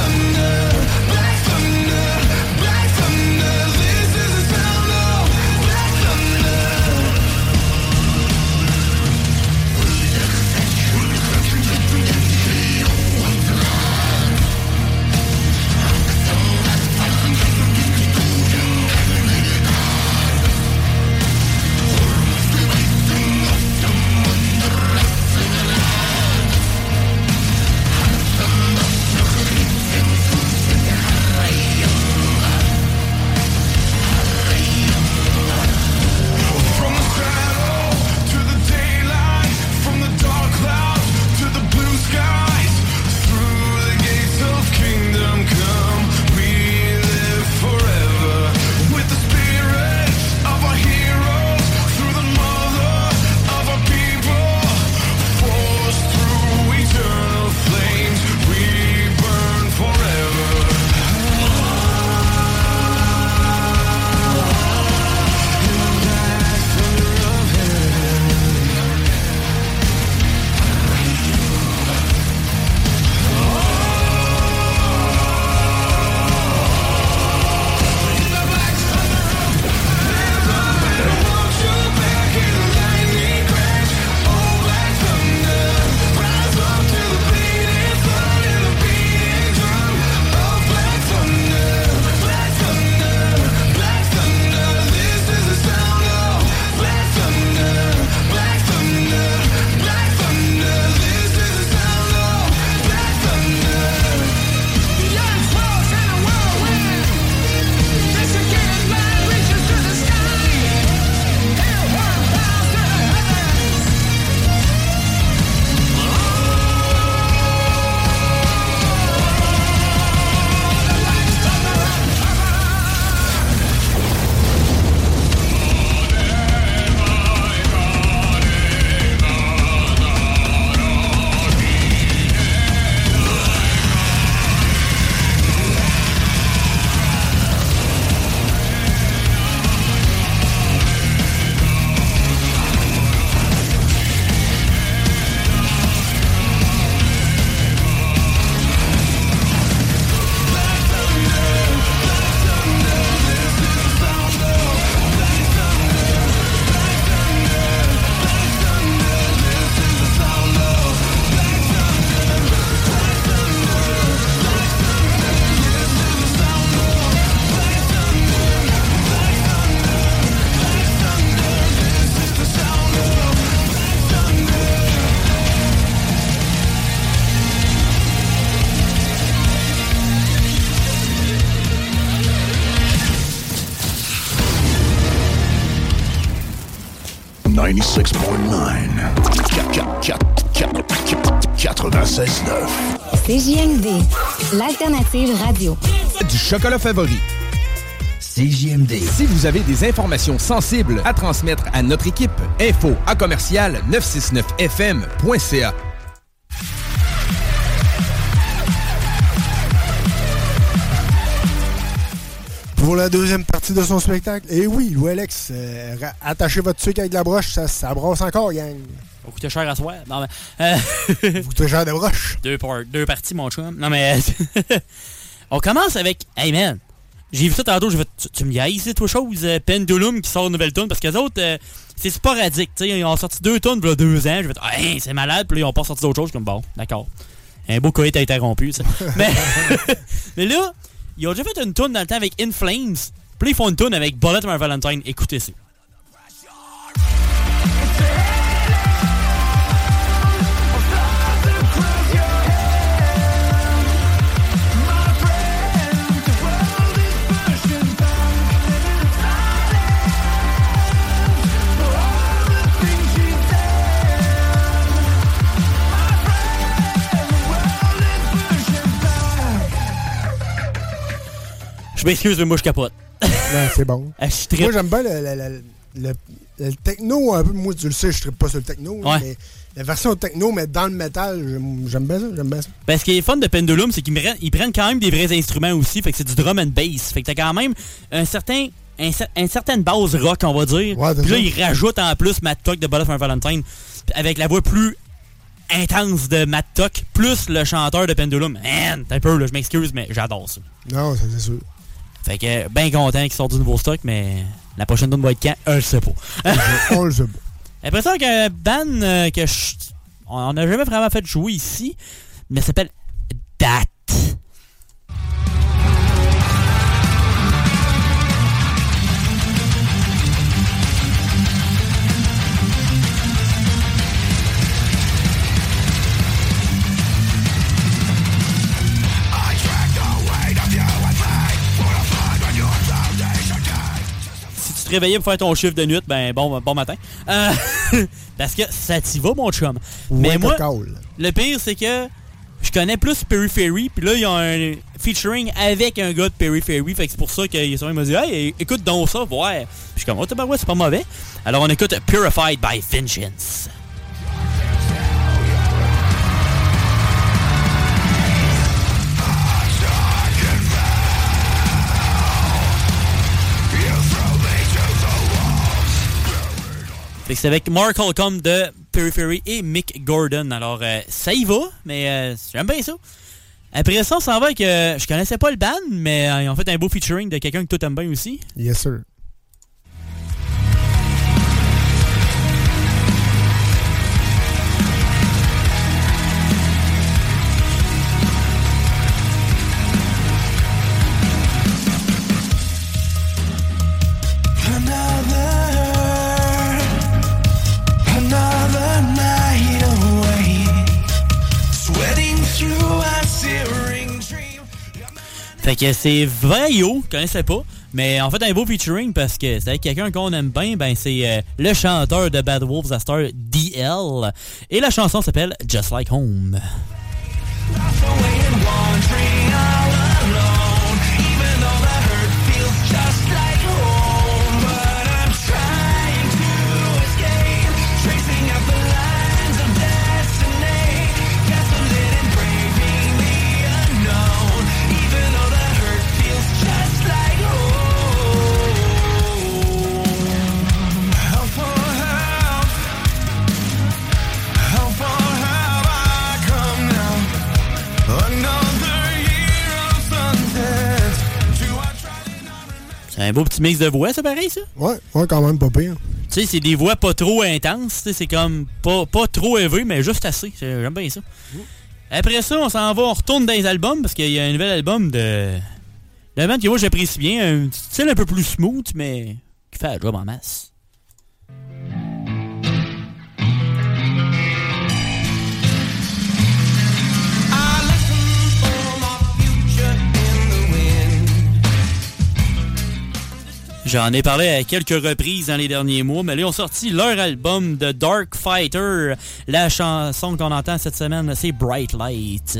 96.9. 96.9. CJMD, l'alternative radio. Du chocolat favori. CJMD. Si vous avez des informations sensibles à transmettre à notre équipe, info@969fm.ca. Pour la deuxième partie de son spectacle, et oui, Louis Alex, attachez votre sucre avec la broche, ça brasse encore, gang. Ça va coûter cher à soir. Non, mais. Ça coûte cher de broche. Deux parties, mon chum. Non, mais. On commence avec. Hey, man. J'ai vu ça tantôt, j'ai fait. Tu me gailles, c'est toi chose, Pendulum qui sort une nouvelle tune, parce que les autres, c'est sporadique. Tu sais, ils ont sorti 2 tunes il y a 2 ans. J'ai fait, hey, c'est malade, puis là, ils ont pas sorti d'autres choses. Comme bon, d'accord. Un beau coït a interrompu, ça. mais là. Ils ont déjà fait une tune dans le temps avec In Flames. Puis ils font une tune avec Bullet My Valentine. Écoutez ça. Je m'excuse, mais moi je capote. Ouais, c'est bon. Moi j'aime bien le techno un peu. Moi tu le sais, je ne pas sur le techno. Ouais. Mais la version techno, mais dans le métal, j'aime bien ça. Ben, ce qui est fun de Pendulum, c'est qu'ils prennent quand même des vrais instruments aussi. Fait que c'est du drum and bass. Fait que t'as quand même une certaine base rock, on va dire. Ouais, puis là, ils rajoutent en plus Matt Tuck de Bullet for Valentine. Avec la voix plus intense de Matt Tuck, plus le chanteur de Pendulum. Man, t'as un peu, là, je m'excuse, mais j'adore ça. Non, ça c'est sûr. Fait que, bien content qu'ils sortent du nouveau stock, mais la prochaine tune va être quand? Je le sais pas. On le sait pas. Après ça, un band que on n'a jamais vraiment fait jouer ici, mais ça s'appelle Dat. Te réveiller pour faire ton chiffre de nuit, ben bon matin. Parce que ça t'y va, mon chum. Mais ouais, moi, le pire, c'est que je connais plus Periphery, puis là, il y a un featuring avec un gars de Periphery, fait que c'est pour ça qu'il m'a dit « Hey, écoute donc ça, ouais. » Puis je suis comme « Oh, ouais, c'est pas mauvais. » Alors, on écoute Purified by Vengeance. Fait que c'est avec Mark Holcomb de Periphery et Mick Gordon. Alors, ça y va, mais j'aime bien ça. Après ça, on s'en va avec... je connaissais pas le band, mais ils ont fait un beau featuring de quelqu'un que toi t'aimes bien aussi. Yes, sir. Fait que c'est Vaio, je connaissais pas, mais en fait un beau featuring parce que c'est avec quelqu'un qu'on aime bien, ben c'est le chanteur de Bad Wolves à Star, DL, et la chanson s'appelle Just Like Home. C'est un beau petit mix de voix, ça, pareil, ça? Ouais, quand même, pas pire. Tu sais, c'est des voix pas trop intenses, c'est comme pas trop élevé, mais juste assez. J'aime bien ça. Après ça, on s'en va, on retourne dans les albums, parce qu'il y a un nouvel album d'un band que moi j'apprécie bien, un style un peu plus smooth, mais qui fait la job en masse. J'en ai parlé à quelques reprises dans les derniers mois, mais là, ils ont sorti leur album de Dark Fighter. La chanson qu'on entend cette semaine, c'est Bright Light.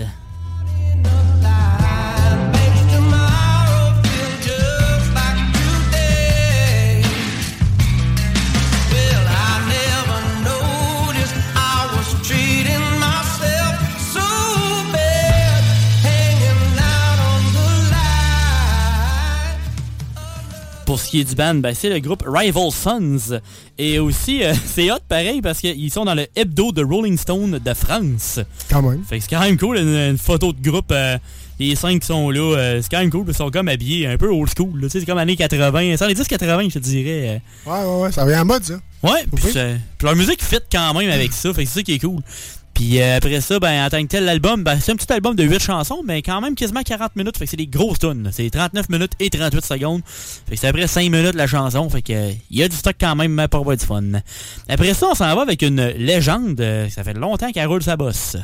Pour ce qui est du band, ben, c'est le groupe Rival Sons. Et aussi, c'est hot pareil parce qu'ils sont dans le hebdo de Rolling Stone de France. Quand même. Fait que c'est quand même cool, une photo de groupe. Les 5 qui sont là, c'est quand même cool. Ils sont comme habillés un peu old school. Là, c'est comme années 80. C'est les 10-80, je te dirais. Ouais, ça revient en mode, ça. Ouais, puis leur musique fit quand même avec ça. Fait que c'est ça qui est cool. Puis après ça, ben en tant que tel, l'album, ben, c'est un petit album de 8 chansons, mais quand même quasiment 40 minutes. Fait que c'est des grosses tunes. C'est 39 minutes et 38 secondes. Fait que c'est après 5 minutes la chanson. Fait que il y a du stock quand même pour avoir du fun. Après ça, on s'en va avec une légende. Ça fait longtemps qu'elle roule sa bosse.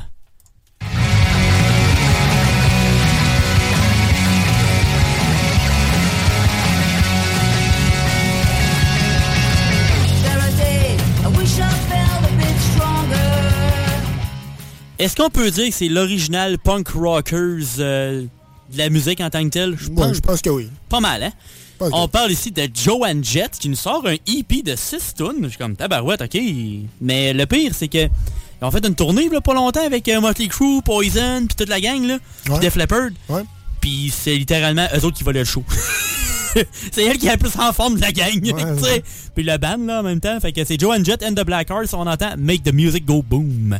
Est-ce qu'on peut dire que c'est l'original punk rockers de la musique en tant que telle? Je pense que oui. Pas mal, hein? On parle ici de Joan Jett qui nous sort un EP de 6 tunes. Je suis comme tabarouette, ok. Mais le pire, c'est que ils ont fait une tournée là, pas longtemps avec Motley Crue, Poison, puis toute la gang, là. Puis Def Leppard. Ouais. Puis c'est littéralement eux autres qui volent le show. C'est elle qui est la plus en forme de la gang. Ouais. Puis le band, là, en même temps. Fait que c'est Joan Jett and the Blackhearts. On entend Make the Music Go Boom.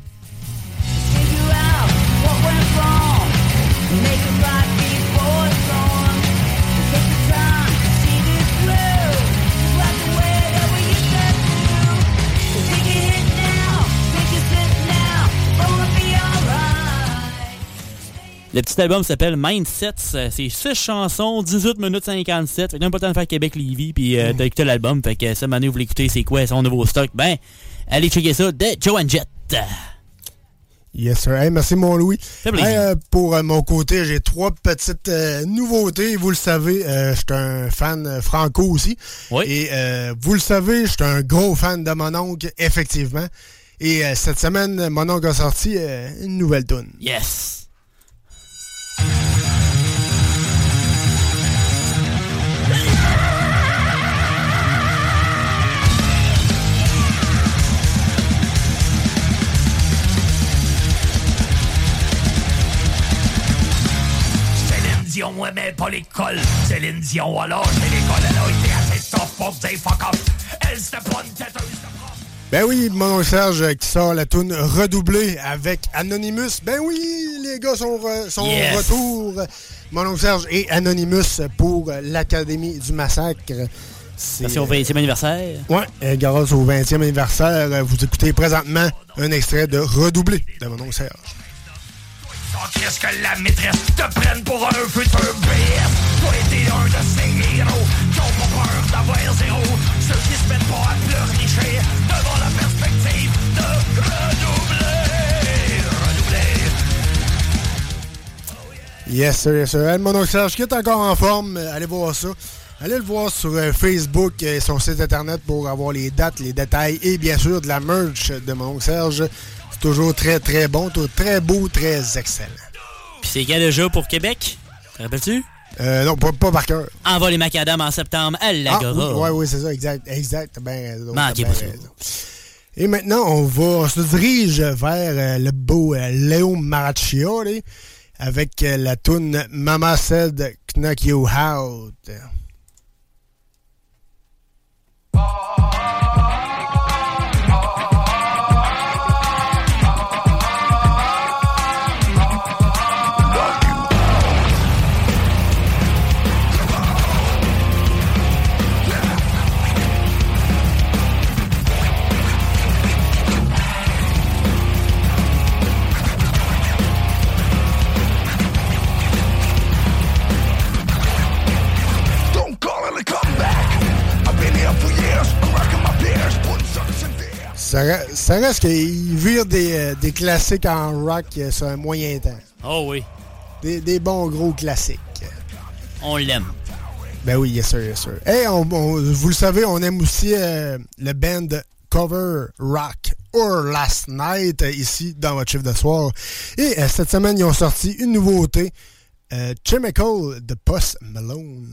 Le petit album s'appelle Mindsets. C'est 6 chansons, 18 minutes 57. Fait que même pas le temps de faire Québec-Lévis puis d'écouter l'album. Fait que ça, maintenant, vous l'écoutez, c'est quoi son nouveau stock? Ben, allez checker ça de Joan Jett. Yes, sir. Hey, merci, mon Louis. Hey, pour mon côté, j'ai 3 petites nouveautés. Vous le savez, je suis un fan franco aussi. Oui. Et vous le savez, je suis un gros fan de mon oncle, effectivement. Et cette semaine, mon oncle a sorti une nouvelle tune. Yes! Dion aimait pas l'école. Céline Dion, alors c'est l'école, elle a été assez soft pour dire fuck off. Elle c'était pas une têteuse de prof. Ben oui, mon oncle Serge qui sort la toune redoublée avec Anonymous. Ben oui, les gars sont yes. retour. Mon oncle Serge et Anonymous pour l'Académie du Massacre. C'est au 20e anniversaire. Ouais, grâce au 20e anniversaire, vous écoutez présentement un extrait de Redoublé de mon oncle Serge. Qu'est-ce que la maîtresse te prenne pour un futur BS? Toi t'es un de ces héros qui ont pas peur d'avoir zéro. Ceux qui se mettent pas à pleurnicher devant la perspective de redoubler. Yes, sir, yes, sir. Mon oncle Serge qui est encore en forme, allez voir ça. Allez le voir sur Facebook et son site internet pour avoir les dates, les détails et bien sûr de la merch de mon oncle Serge. Toujours très, très bon, très beau, très excellent. Puis c'est quand déjà pour Québec? Te rappelles-tu? Non, pas par cœur. Envoie les macadam en septembre à l'Agora. Oui, c'est ça, exact. Ben, manquez pas ça. Et maintenant, on se dirige vers le beau Léo Maraccioli avec la toune Mama Said Knock You Out. Ça reste qu'il vire des classiques en rock sur un moyen temps. Oh oui. Des bons gros classiques. On l'aime. Ben oui, yes sir, yes sir. Hey, vous le savez, on aime aussi le band Cover Rock or Last Night ici dans votre chiffre de soir. Et cette semaine, ils ont sorti une nouveauté, Chemical de Post Malone.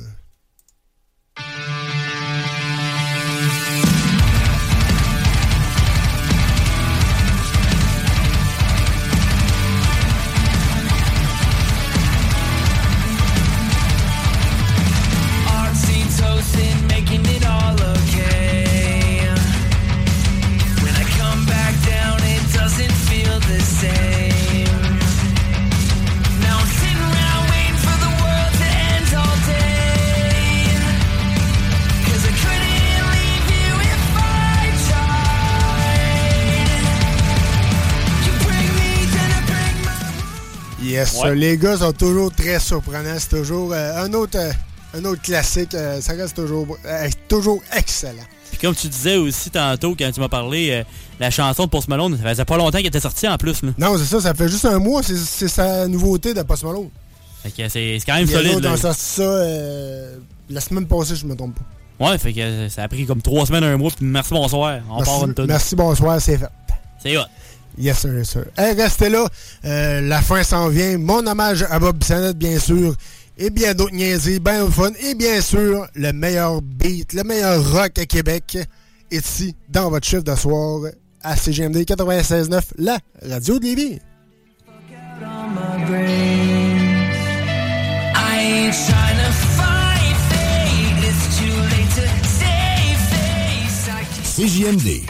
Oxytocin making it all okay. When I come back down, it doesn't feel the same. Now I'm sitting around waiting for the world to end all day. 'Cause I couldn't leave you if I tried. You bring me, then I bring my... Yes sir, les gars sont toujours très surprenants. C'est toujours un autre classique, ça reste toujours excellent. Puis comme tu disais aussi tantôt, quand tu m'as parlé, la chanson de Post Malone, ça faisait pas longtemps qu'elle était sortie en plus. Là. Non, c'est ça fait juste un mois, c'est sa nouveauté de Post Malone. Fait que c'est quand même solide. Les autres ont sorti ça la semaine passée, je me trompe pas. Ouais, fait que ça a pris comme 3 semaines, un mois, puis merci, bonsoir. On part une tonne. Merci, bonsoir, c'est fait. C'est hot. Yes sir, yes sir. Hey, restez là, la fin s'en vient. Mon hommage à Bob Bissonnette, bien sûr. Et bien d'autres niaiseries, bien d'autres fun. Et bien sûr, le meilleur beat, le meilleur rock à Québec est ici, dans votre chiffre de soir, à CGMD 96.9, la radio de Lévis. CJMD.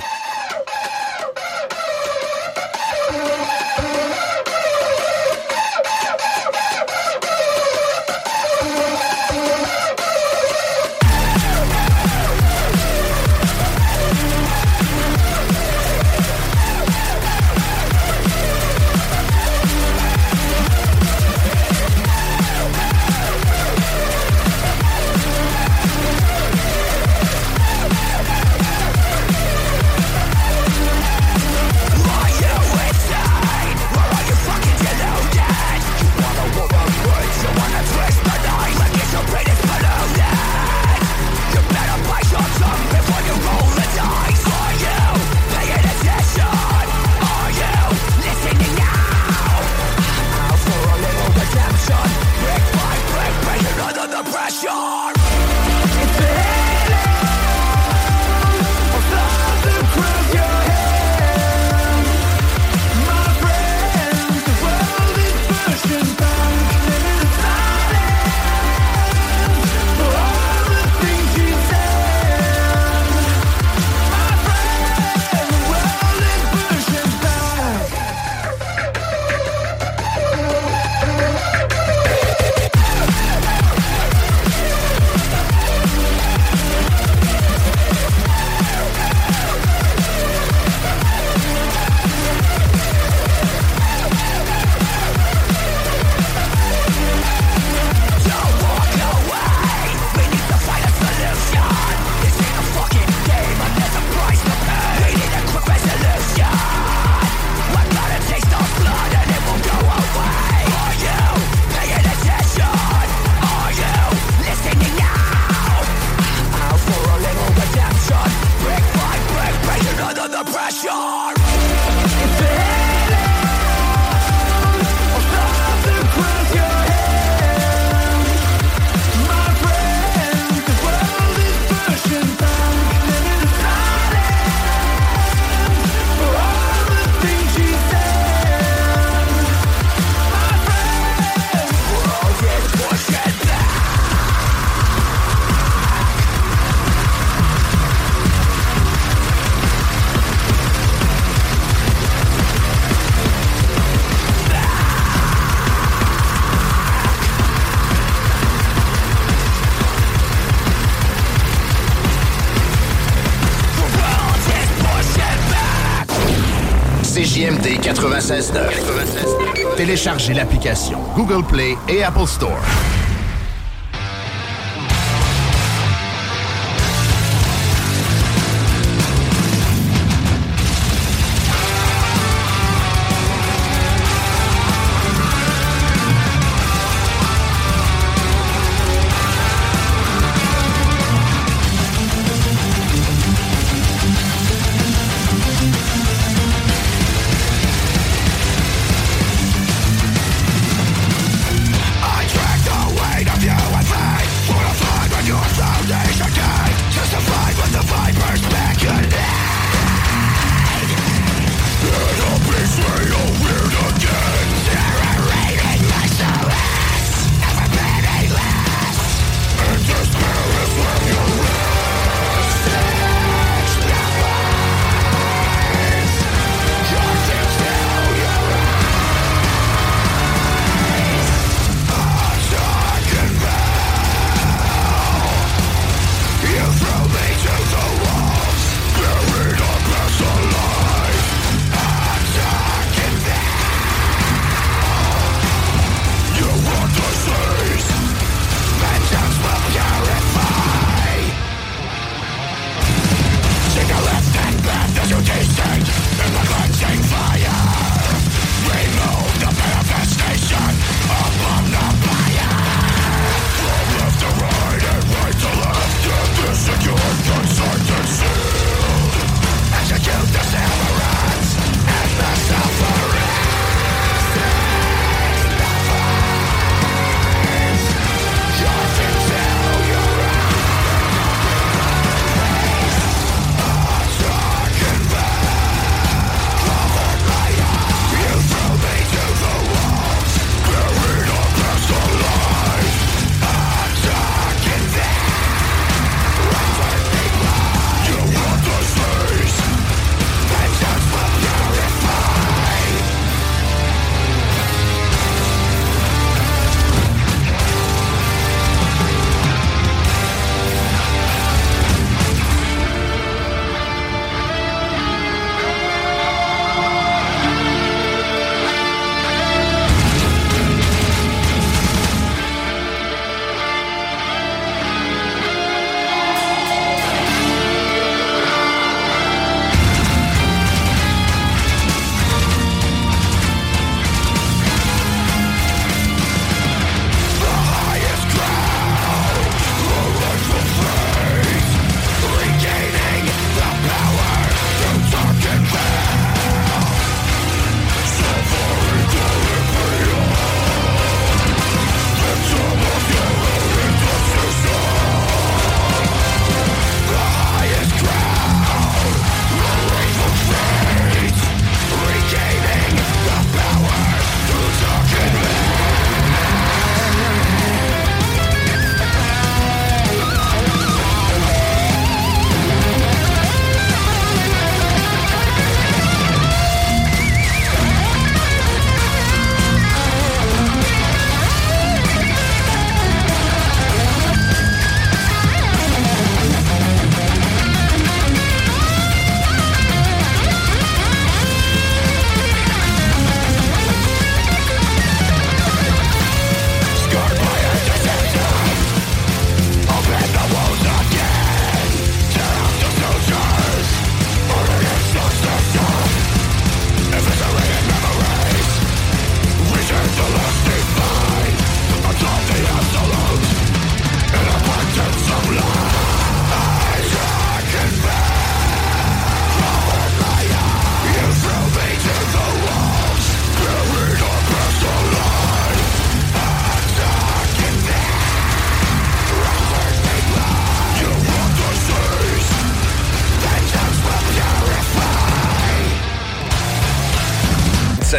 CJMD 96.9. Téléchargez l'application Google Play et Apple Store.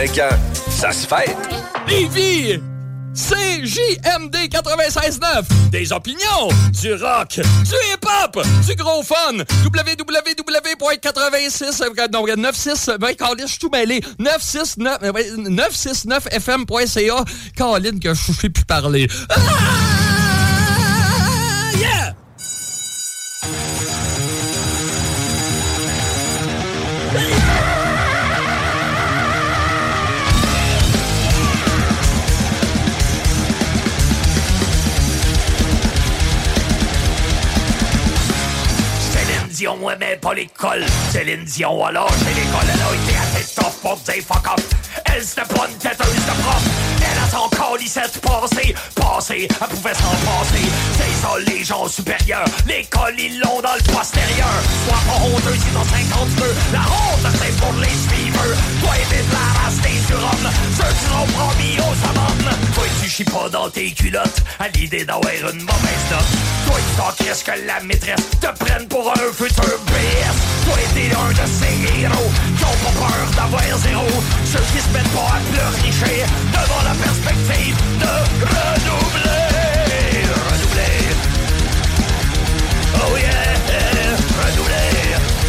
25 ans, ça se fête. Lévis! CJMD 96.9. Des opinions, du rock, du hip-hop, du gros fun. www.86... Non, 96... Ben, Caroline, je suis tout mêlé. 969fm.ca. Caroline, que je ne sais plus parler. Ah! Yeah! Dion, ouais, mais pas l'école. Céline Dion, alors, j'ai l'école, elle a été assez tough pour dire fuck off. Elle, c'était pas une têteuse de prof. Elle a son colissette passé, elle pouvait s'en passer. C'est ça, les gens supérieurs. L'école, ils l'ont dans le postérieur. Sois pas honteux si dans 50 peu. La honte, c'est pour les suiveurs. Toi, évite la race des surhommes. Ceux qui seront promis aux savannes. Toi, tu chies pas dans tes culottes à l'idée d'avoir une mauvaise note. Toi, tu t'en crisses que la maîtresse te prenne pour un futur BS. Toi, t'es un de ces héros qui ont pas peur d'avoir zéro. Ceux qui se mettent pas à pleurnicher devant la perspective de redoubler. Redoubler. Oh yeah, redoubler.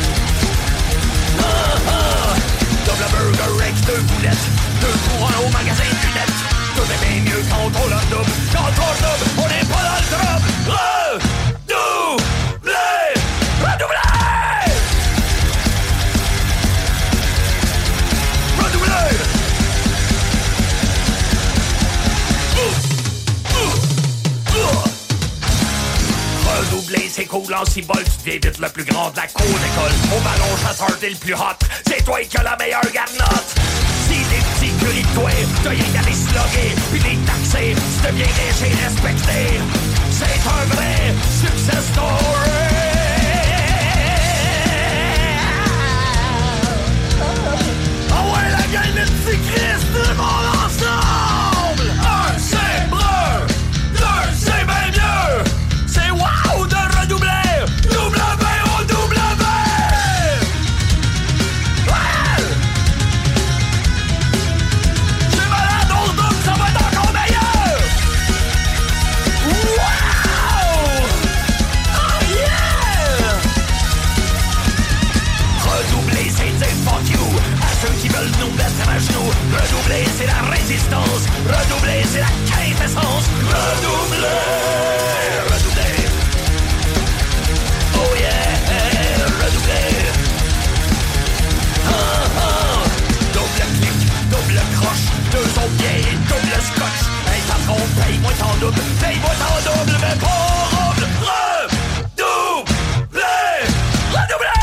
Double burger avec 2 boulettes, 2 pour 1 au magasin de lunettes. Tout est bien mieux quand on le double. Quand on le double, on n'est pas dans le trouble. Redoubler. Redoubler. Redoubler. Redoubler, c'est cool en 6 vols. Tu deviens vite le plus grand de la cour d'école. Au ballon chasseur, t'es le plus hot. C'est toi qui as la meilleure garnotte. Si des petits curies de toi, t'as rien qu'à les sloguer puis les taxer. Tu deviens riche et respecté. C'est un vrai success story. Ah ouais, la gang de petits Christ, tout le monde ensemble. 1, c'est brun. 2, c'est bien mieux. C'est wow de redoubler. W-O-W. C'est malade, on se double, ça va être encore meilleur. Wow. Oh yeah. Redoubler, c'est dire fuck you à ceux qui veulent nous mettre à genoux. Redoubler, c'est la résistance. Redoubler, c'est la quintessence. Redoubler. Redoubler. Oh yeah. Redoubler. Double clic, double croche, 2 autres biens et double scotch. Hey patron, paye-moi ton double. Paye-moi ton double, mais pas double. Redoubler. Redoubler.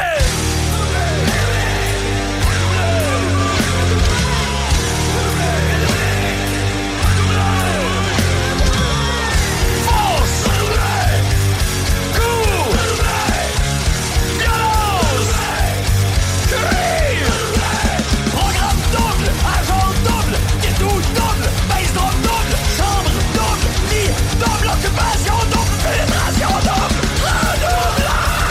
Occupation double, pénétration double, redoublage.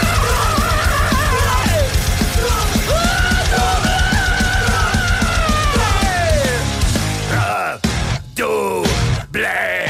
Redoublé.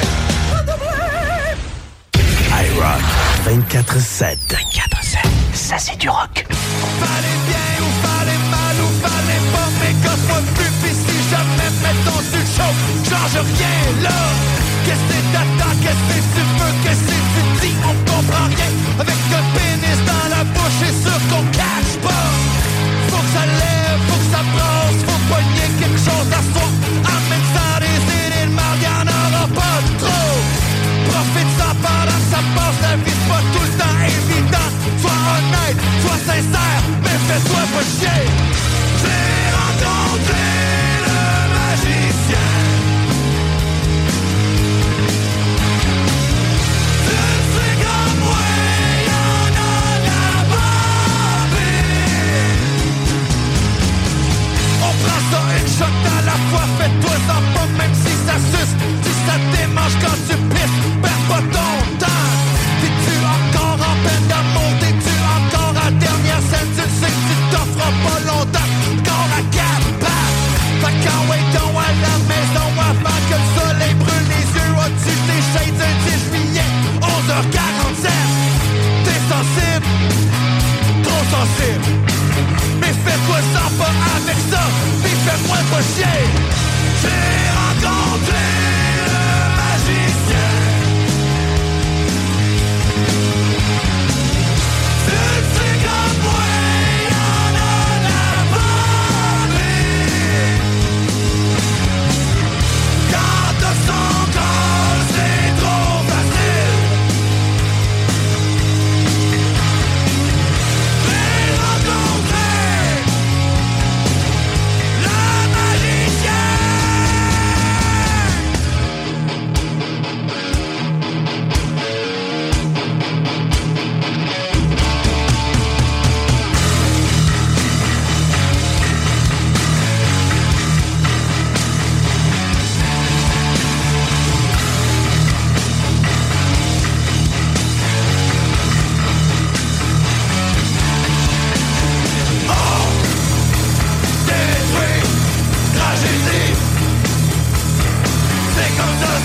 iRock 24/7. 24/7. Ça, c'est du rock. Fallait bien ou fallait mal ou fallait pas, mais gosse-moi plus, pis si jamais mettons sur le show, change rien là. Qu'est-ce que t'attends, qu'est-ce que tu veux, qu'est-ce que tu dis, on comprend rien. Avec un pénis dans la bouche, c'est sûr qu'on cache pas. Faut que ça lève, faut que ça brasse, faut pogner quelque chose à soi. Amène ça des idées de marde, y'en aura pas trop. Profite-en pendant que ça passe, la vie c'est pas tout le temps évident. Sois honnête, sois sincère, mais fais-toi pas chier. J'ai rencontré le magicien. Une shot à la fois,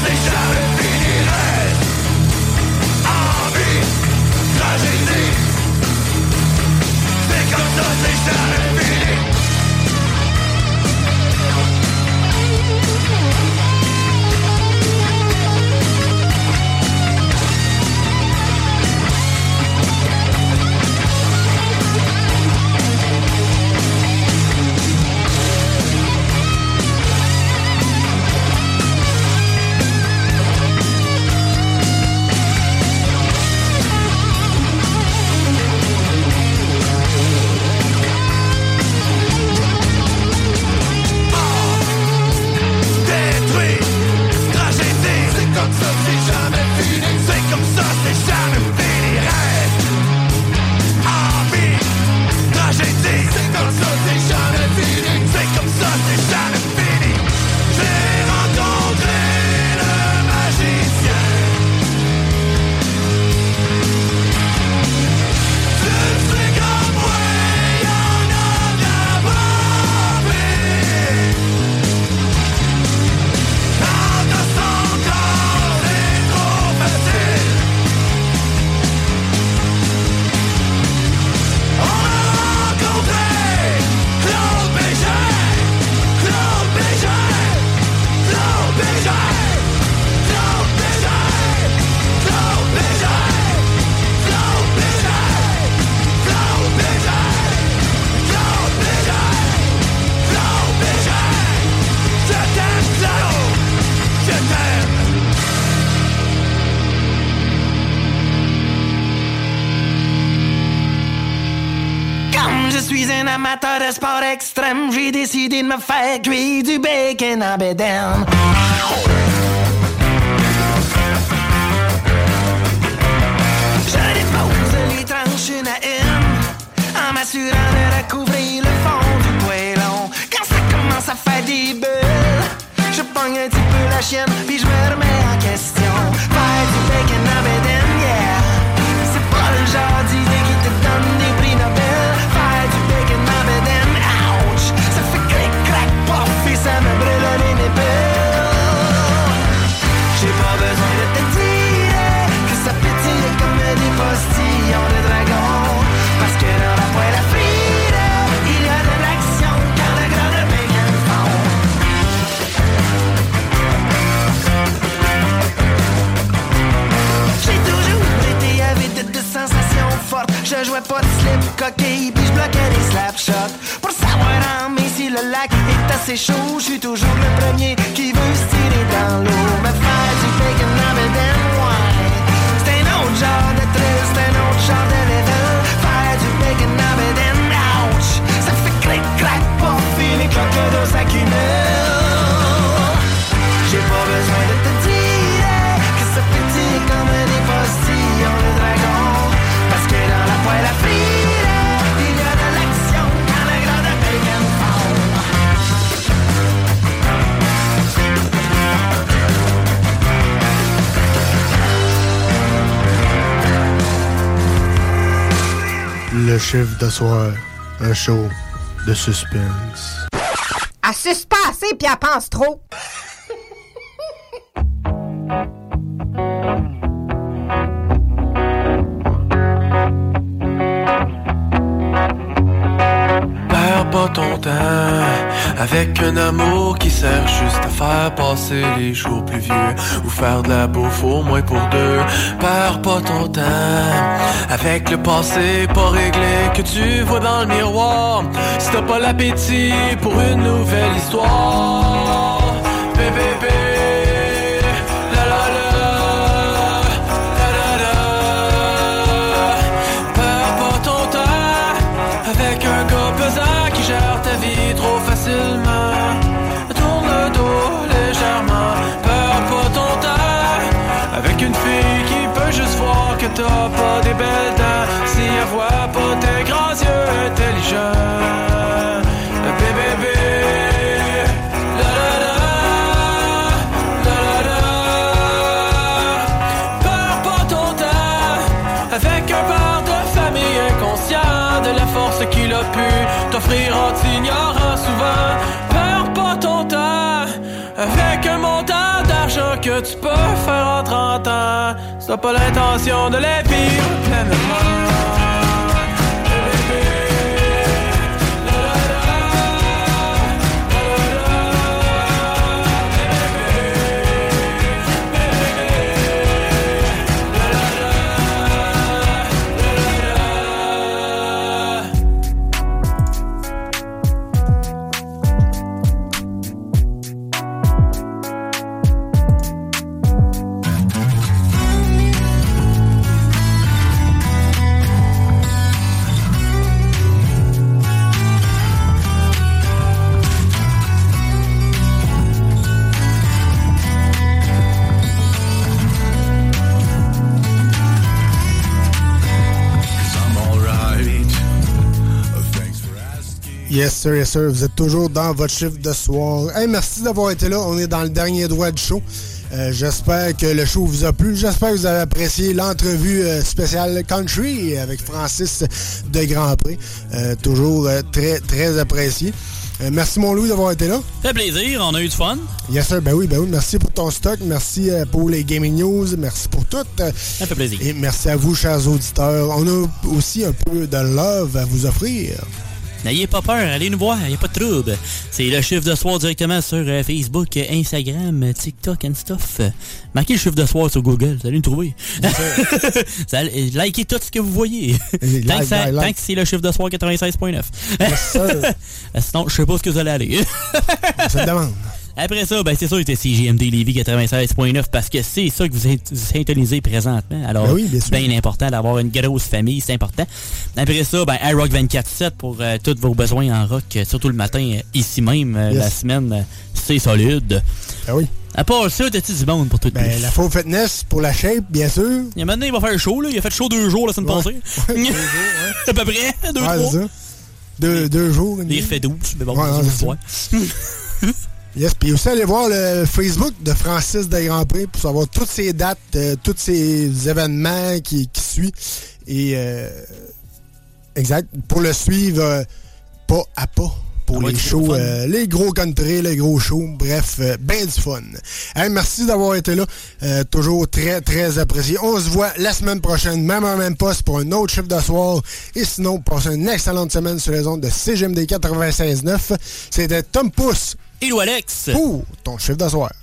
c'est jamais fini. Rêve, envie, tragédie. C'est comme ça, c'est jamais fini. Amateur de sport extrême, j'ai décidé de me faire cuire du bacon en bédaine. Je dépose les tranches une à une, en m'assurant de recouvrir le fond du poêlon. Quand ça commence à faire des bulles, je pogne un petit peu la chienne, puis je me remets en question. Faire du bacon en bédaine, yeah, c'est pas le genre d'idée qui te donne des prix Nobel. Faire du bacon en bédaine, ouch, ça fait clic, crac, pof, et ça me brûle les nipples. J'ai pas besoin de te dire que ça pétille comme des postillons de dragon. Parce que dans la poêle à frire, il y a de l'action quand le gras de bacon fond. J'ai toujours été avide de sensations fortes. Je jouais pas de slip, coquille, puis je bloquais des slapshots. Pour savoir en mai si le lac est assez chaud, je suis toujours le premier qui veut se tirer dans l'eau. Me faire du bacon en bédaine, ouais, c'est un autre genre de thrill, c'est un autre genre de level. Faire du bacon en bédaine, ouch, ça fait clic, crac, pof, et les cloques d'eau s'accumulent. J'ai pas besoin de te dire que ça pétille comme des postillons de dragon. Parce que dans la poêle à frire, il y a de l'action quand le gras de bacon fond. Le chiffre de soir, un show de suspense. Elle suce pas assez puis elle pense trop. Perds pas ton temps avec un amour qui sert juste à faire passer les jours plus vieux ou faire de la bouffe au moins pour deux. Perds pas ton temps avec le passé pas réglé que tu vois dans le miroir. Si t'as pas l'appétit pour une nouvelle histoire, bébé. Tourne le dos légèrement, perds pas ton temps avec une fille qui peut juste voir que t'as pas des belles dents. Si elle voit pas tes grands yeux intelligents, bébé, la la la, la la la. Perds pas ton temps avec un père de famille inconscient de la force qu'il a pu t'offrir en t'ignorant souvent. Perds pas ton temps avec un montant d'argent que tu peux faire en 30 ans si t'as pas l'intention de les vivre pleinement. Yes sir, yes sir. Vous êtes toujours dans votre chiffre de soir. Hey, merci d'avoir été là. On est dans le dernier droit du show. J'espère que le show vous a plu. J'espère que vous avez apprécié l'entrevue spéciale Country avec Francis de Grandpré. Toujours très, très apprécié. Merci mon Louis d'avoir été là. Ça fait plaisir, on a eu du fun. Yes sir, ben oui. Merci pour ton stock. Merci pour les Gaming News. Merci pour tout. Ça fait plaisir. Et merci à vous, chers auditeurs. On a aussi un peu de love à vous offrir. N'ayez pas peur, allez nous voir, il n'y a pas de trouble. C'est le chiffre de soir directement sur Facebook, Instagram, TikTok and stuff. Marquez le chiffre de soir sur Google, vous allez nous trouver. Likez tout ce que vous voyez. Tant que c'est le chiffre de soir 96.9. Yes, sinon, je sais pas ce que vous allez aller. Ça te demande. Après ça, ben c'est sûr que c'est CJMD Lévis 96.9 parce que c'est ça que vous syntonisez présentement. Alors, c'est bien important d'avoir une grosse famille, c'est important. Après ça, ben iRock 24/7 pour tous vos besoins en rock, surtout le matin, ici même, la semaine, c'est solide. Ben oui. À part ça, t'as-tu du monde pour tout le la Full Fitness pour la shape, bien sûr. Il y a maintenant, il va faire chaud, là. Il a fait chaud 2 jours la semaine passée. 2 jours, à peu près, 2-3. C'est ça. 2 jours. Il refait 12, mais bon, c'est Yes, puis aussi allez voir le Facebook de Francis de Grandpré pour savoir toutes ces dates, tous ces événements qui suivent. Et exact, pour le suivre pas à pas pour les shows, les gros country, les gros shows, bref, ben du fun. Hey, merci d'avoir été là, toujours très, très apprécié. On se voit la semaine prochaine, même heure, même poste pour un autre chiffre de soir. Et sinon, passez une excellente semaine sur les ondes de CJMD 96.9. C'était Tom Pousse et Lou Alex pour ton chiffre de soir.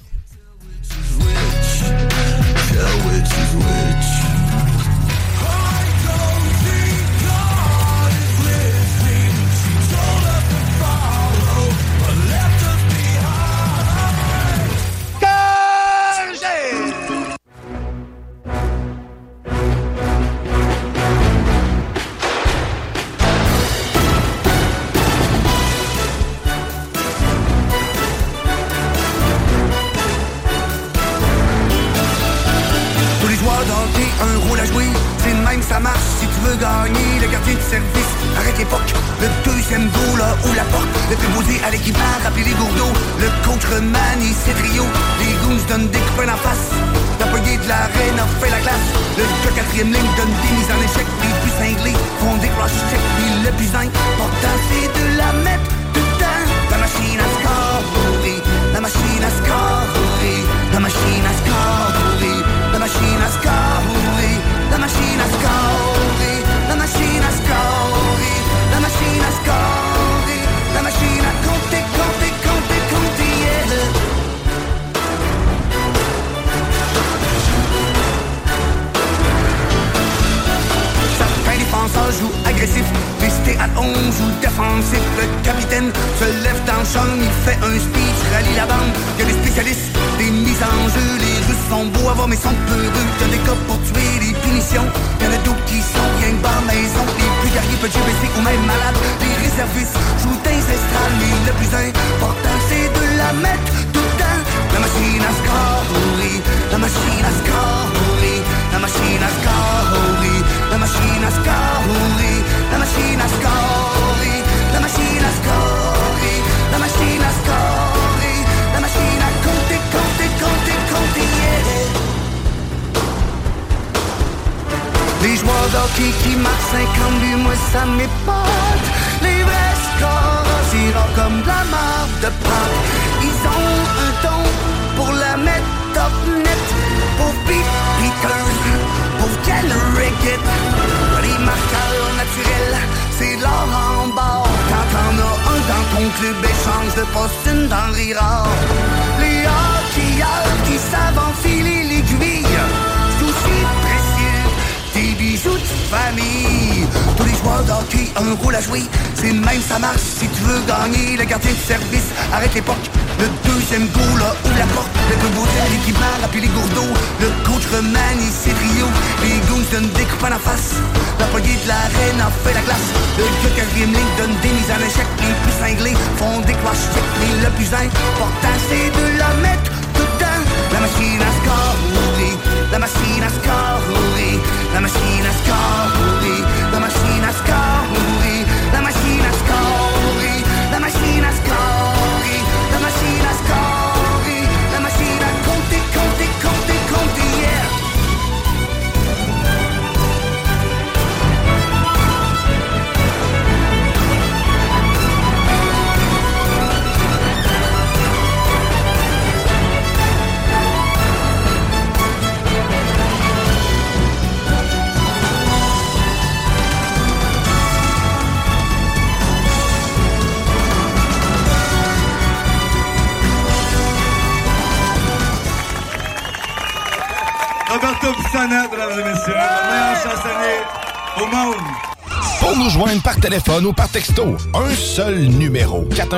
Un rôle à jouer, c'est de même ça marche. Si tu veux gagner le gardien de service, arrête l'époque, le deuxième goal là où la porte, le préposé à l'équipement, rappeler les gourdeaux, le coach remanie ses trios, les goons donnent des coups en face, l'employé de l'arène a fait la classe, le gars quatrième ligne donne des mises en échec, les plus cinglés font des cross-checks, puis le plus important c'est de la mettre dedans. La machine à scorer, la machine à scorer, la machine à scorer, la machine à scorer, la machine à scorer, la machine à scorer, la machine à scorer, la machine à compter, compter, compter, compter, yeah. Certains défenseurs jouent agressif, listé à 11 ou défensif. Le capitaine se lève dans le champ, il fait un speech, rallie la bande. Il y a des spécialistes, des mises en jeu. Les Russes sont beaux à voir mais sont peureux. T'as des cas pour tuer, des punitions. Il y en a d'autres qui sont rien que bas maison. Les plus guerriers peuvent GBC ou même malades. Les réservistes jouent d'incestrales, mais le plus important c'est de la mettre dedans. La machine à scorer, la machine à scorer, la machine à scorer, la machine à scorer, la machine à scorer, la machine à scorer, la machine à scorer, la machine à compter, compter, compter, compter, yeah. Les joueurs d'hockey qui marquent 50 buts, moi ça m'épate. Les vrais scores, c'est rare comme de la marque de Pâques. Ils ont un ton pour la mettre top club échange de poste, une denrée rare. Les hockeyeurs qui savent enfiler l'aiguille, c'est aussi précieux, des bijoux de famille. Tous les joueurs d'hockey ont un rôle à jouer, c'est même ça marche si tu veux gagner. Le gardien de service arrête l'époque, le deuxième goal là, ouvre la porte, le peu beau l'équipement, appuie les gourdeaux. Le coach remanie ses trios, les goons donnent des coups en face. L'employé de l'arène en fait la glace. Le gars quatrième ligne donne des mises en échec. Les plus cinglés font des cross-checks. Mais le plus important c'est de la mettre dedans. La machine à scorer, la machine à scorer, la machine à scorer, la machine à scorer, la machine à scorer, la machine à scorer, la machine à scorer, la machine à compter, compter, compter, compter, yeah. Roberto Pisana, mesdames et messieurs, le meilleur chansonnier au monde. Pour nous joindre par téléphone ou par texto, un seul numéro.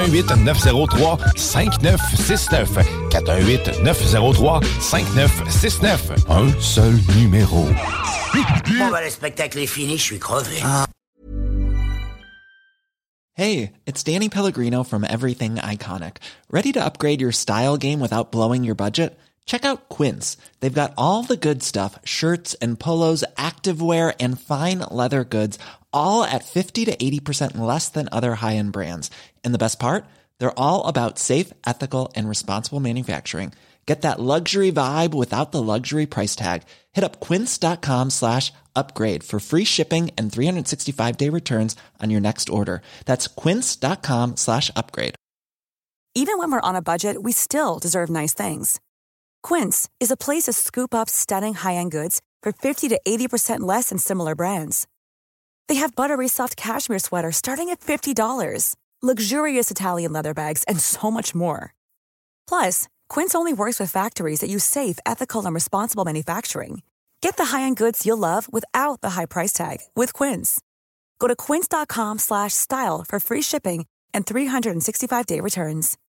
418-903-5969. 418-903-5969. Un seul numéro. Bon, bah, le spectacle est fini, je suis crevé. Hey, it's Danny Pellegrino from Everything Iconic. Ready to upgrade your style game without blowing your budget? Check out Quince. They've got all the good stuff, shirts and polos, activewear, and fine leather goods, all at 50 to 80% less than other high-end brands. And the best part? They're all about safe, ethical, and responsible manufacturing. Get that luxury vibe without the luxury price tag. Hit up quince.com/upgrade for free shipping and 365-day returns on your next order. That's quince.com/upgrade. Even when we're on a budget, we still deserve nice things. Quince is a place to scoop up stunning high-end goods for 50 to 80% less than similar brands. They have buttery soft cashmere sweaters starting at $50, luxurious Italian leather bags, and so much more. Plus, Quince only works with factories that use safe, ethical, and responsible manufacturing. Get the high-end goods you'll love without the high price tag with Quince. Go to quince.com/style for free shipping and 365-day returns.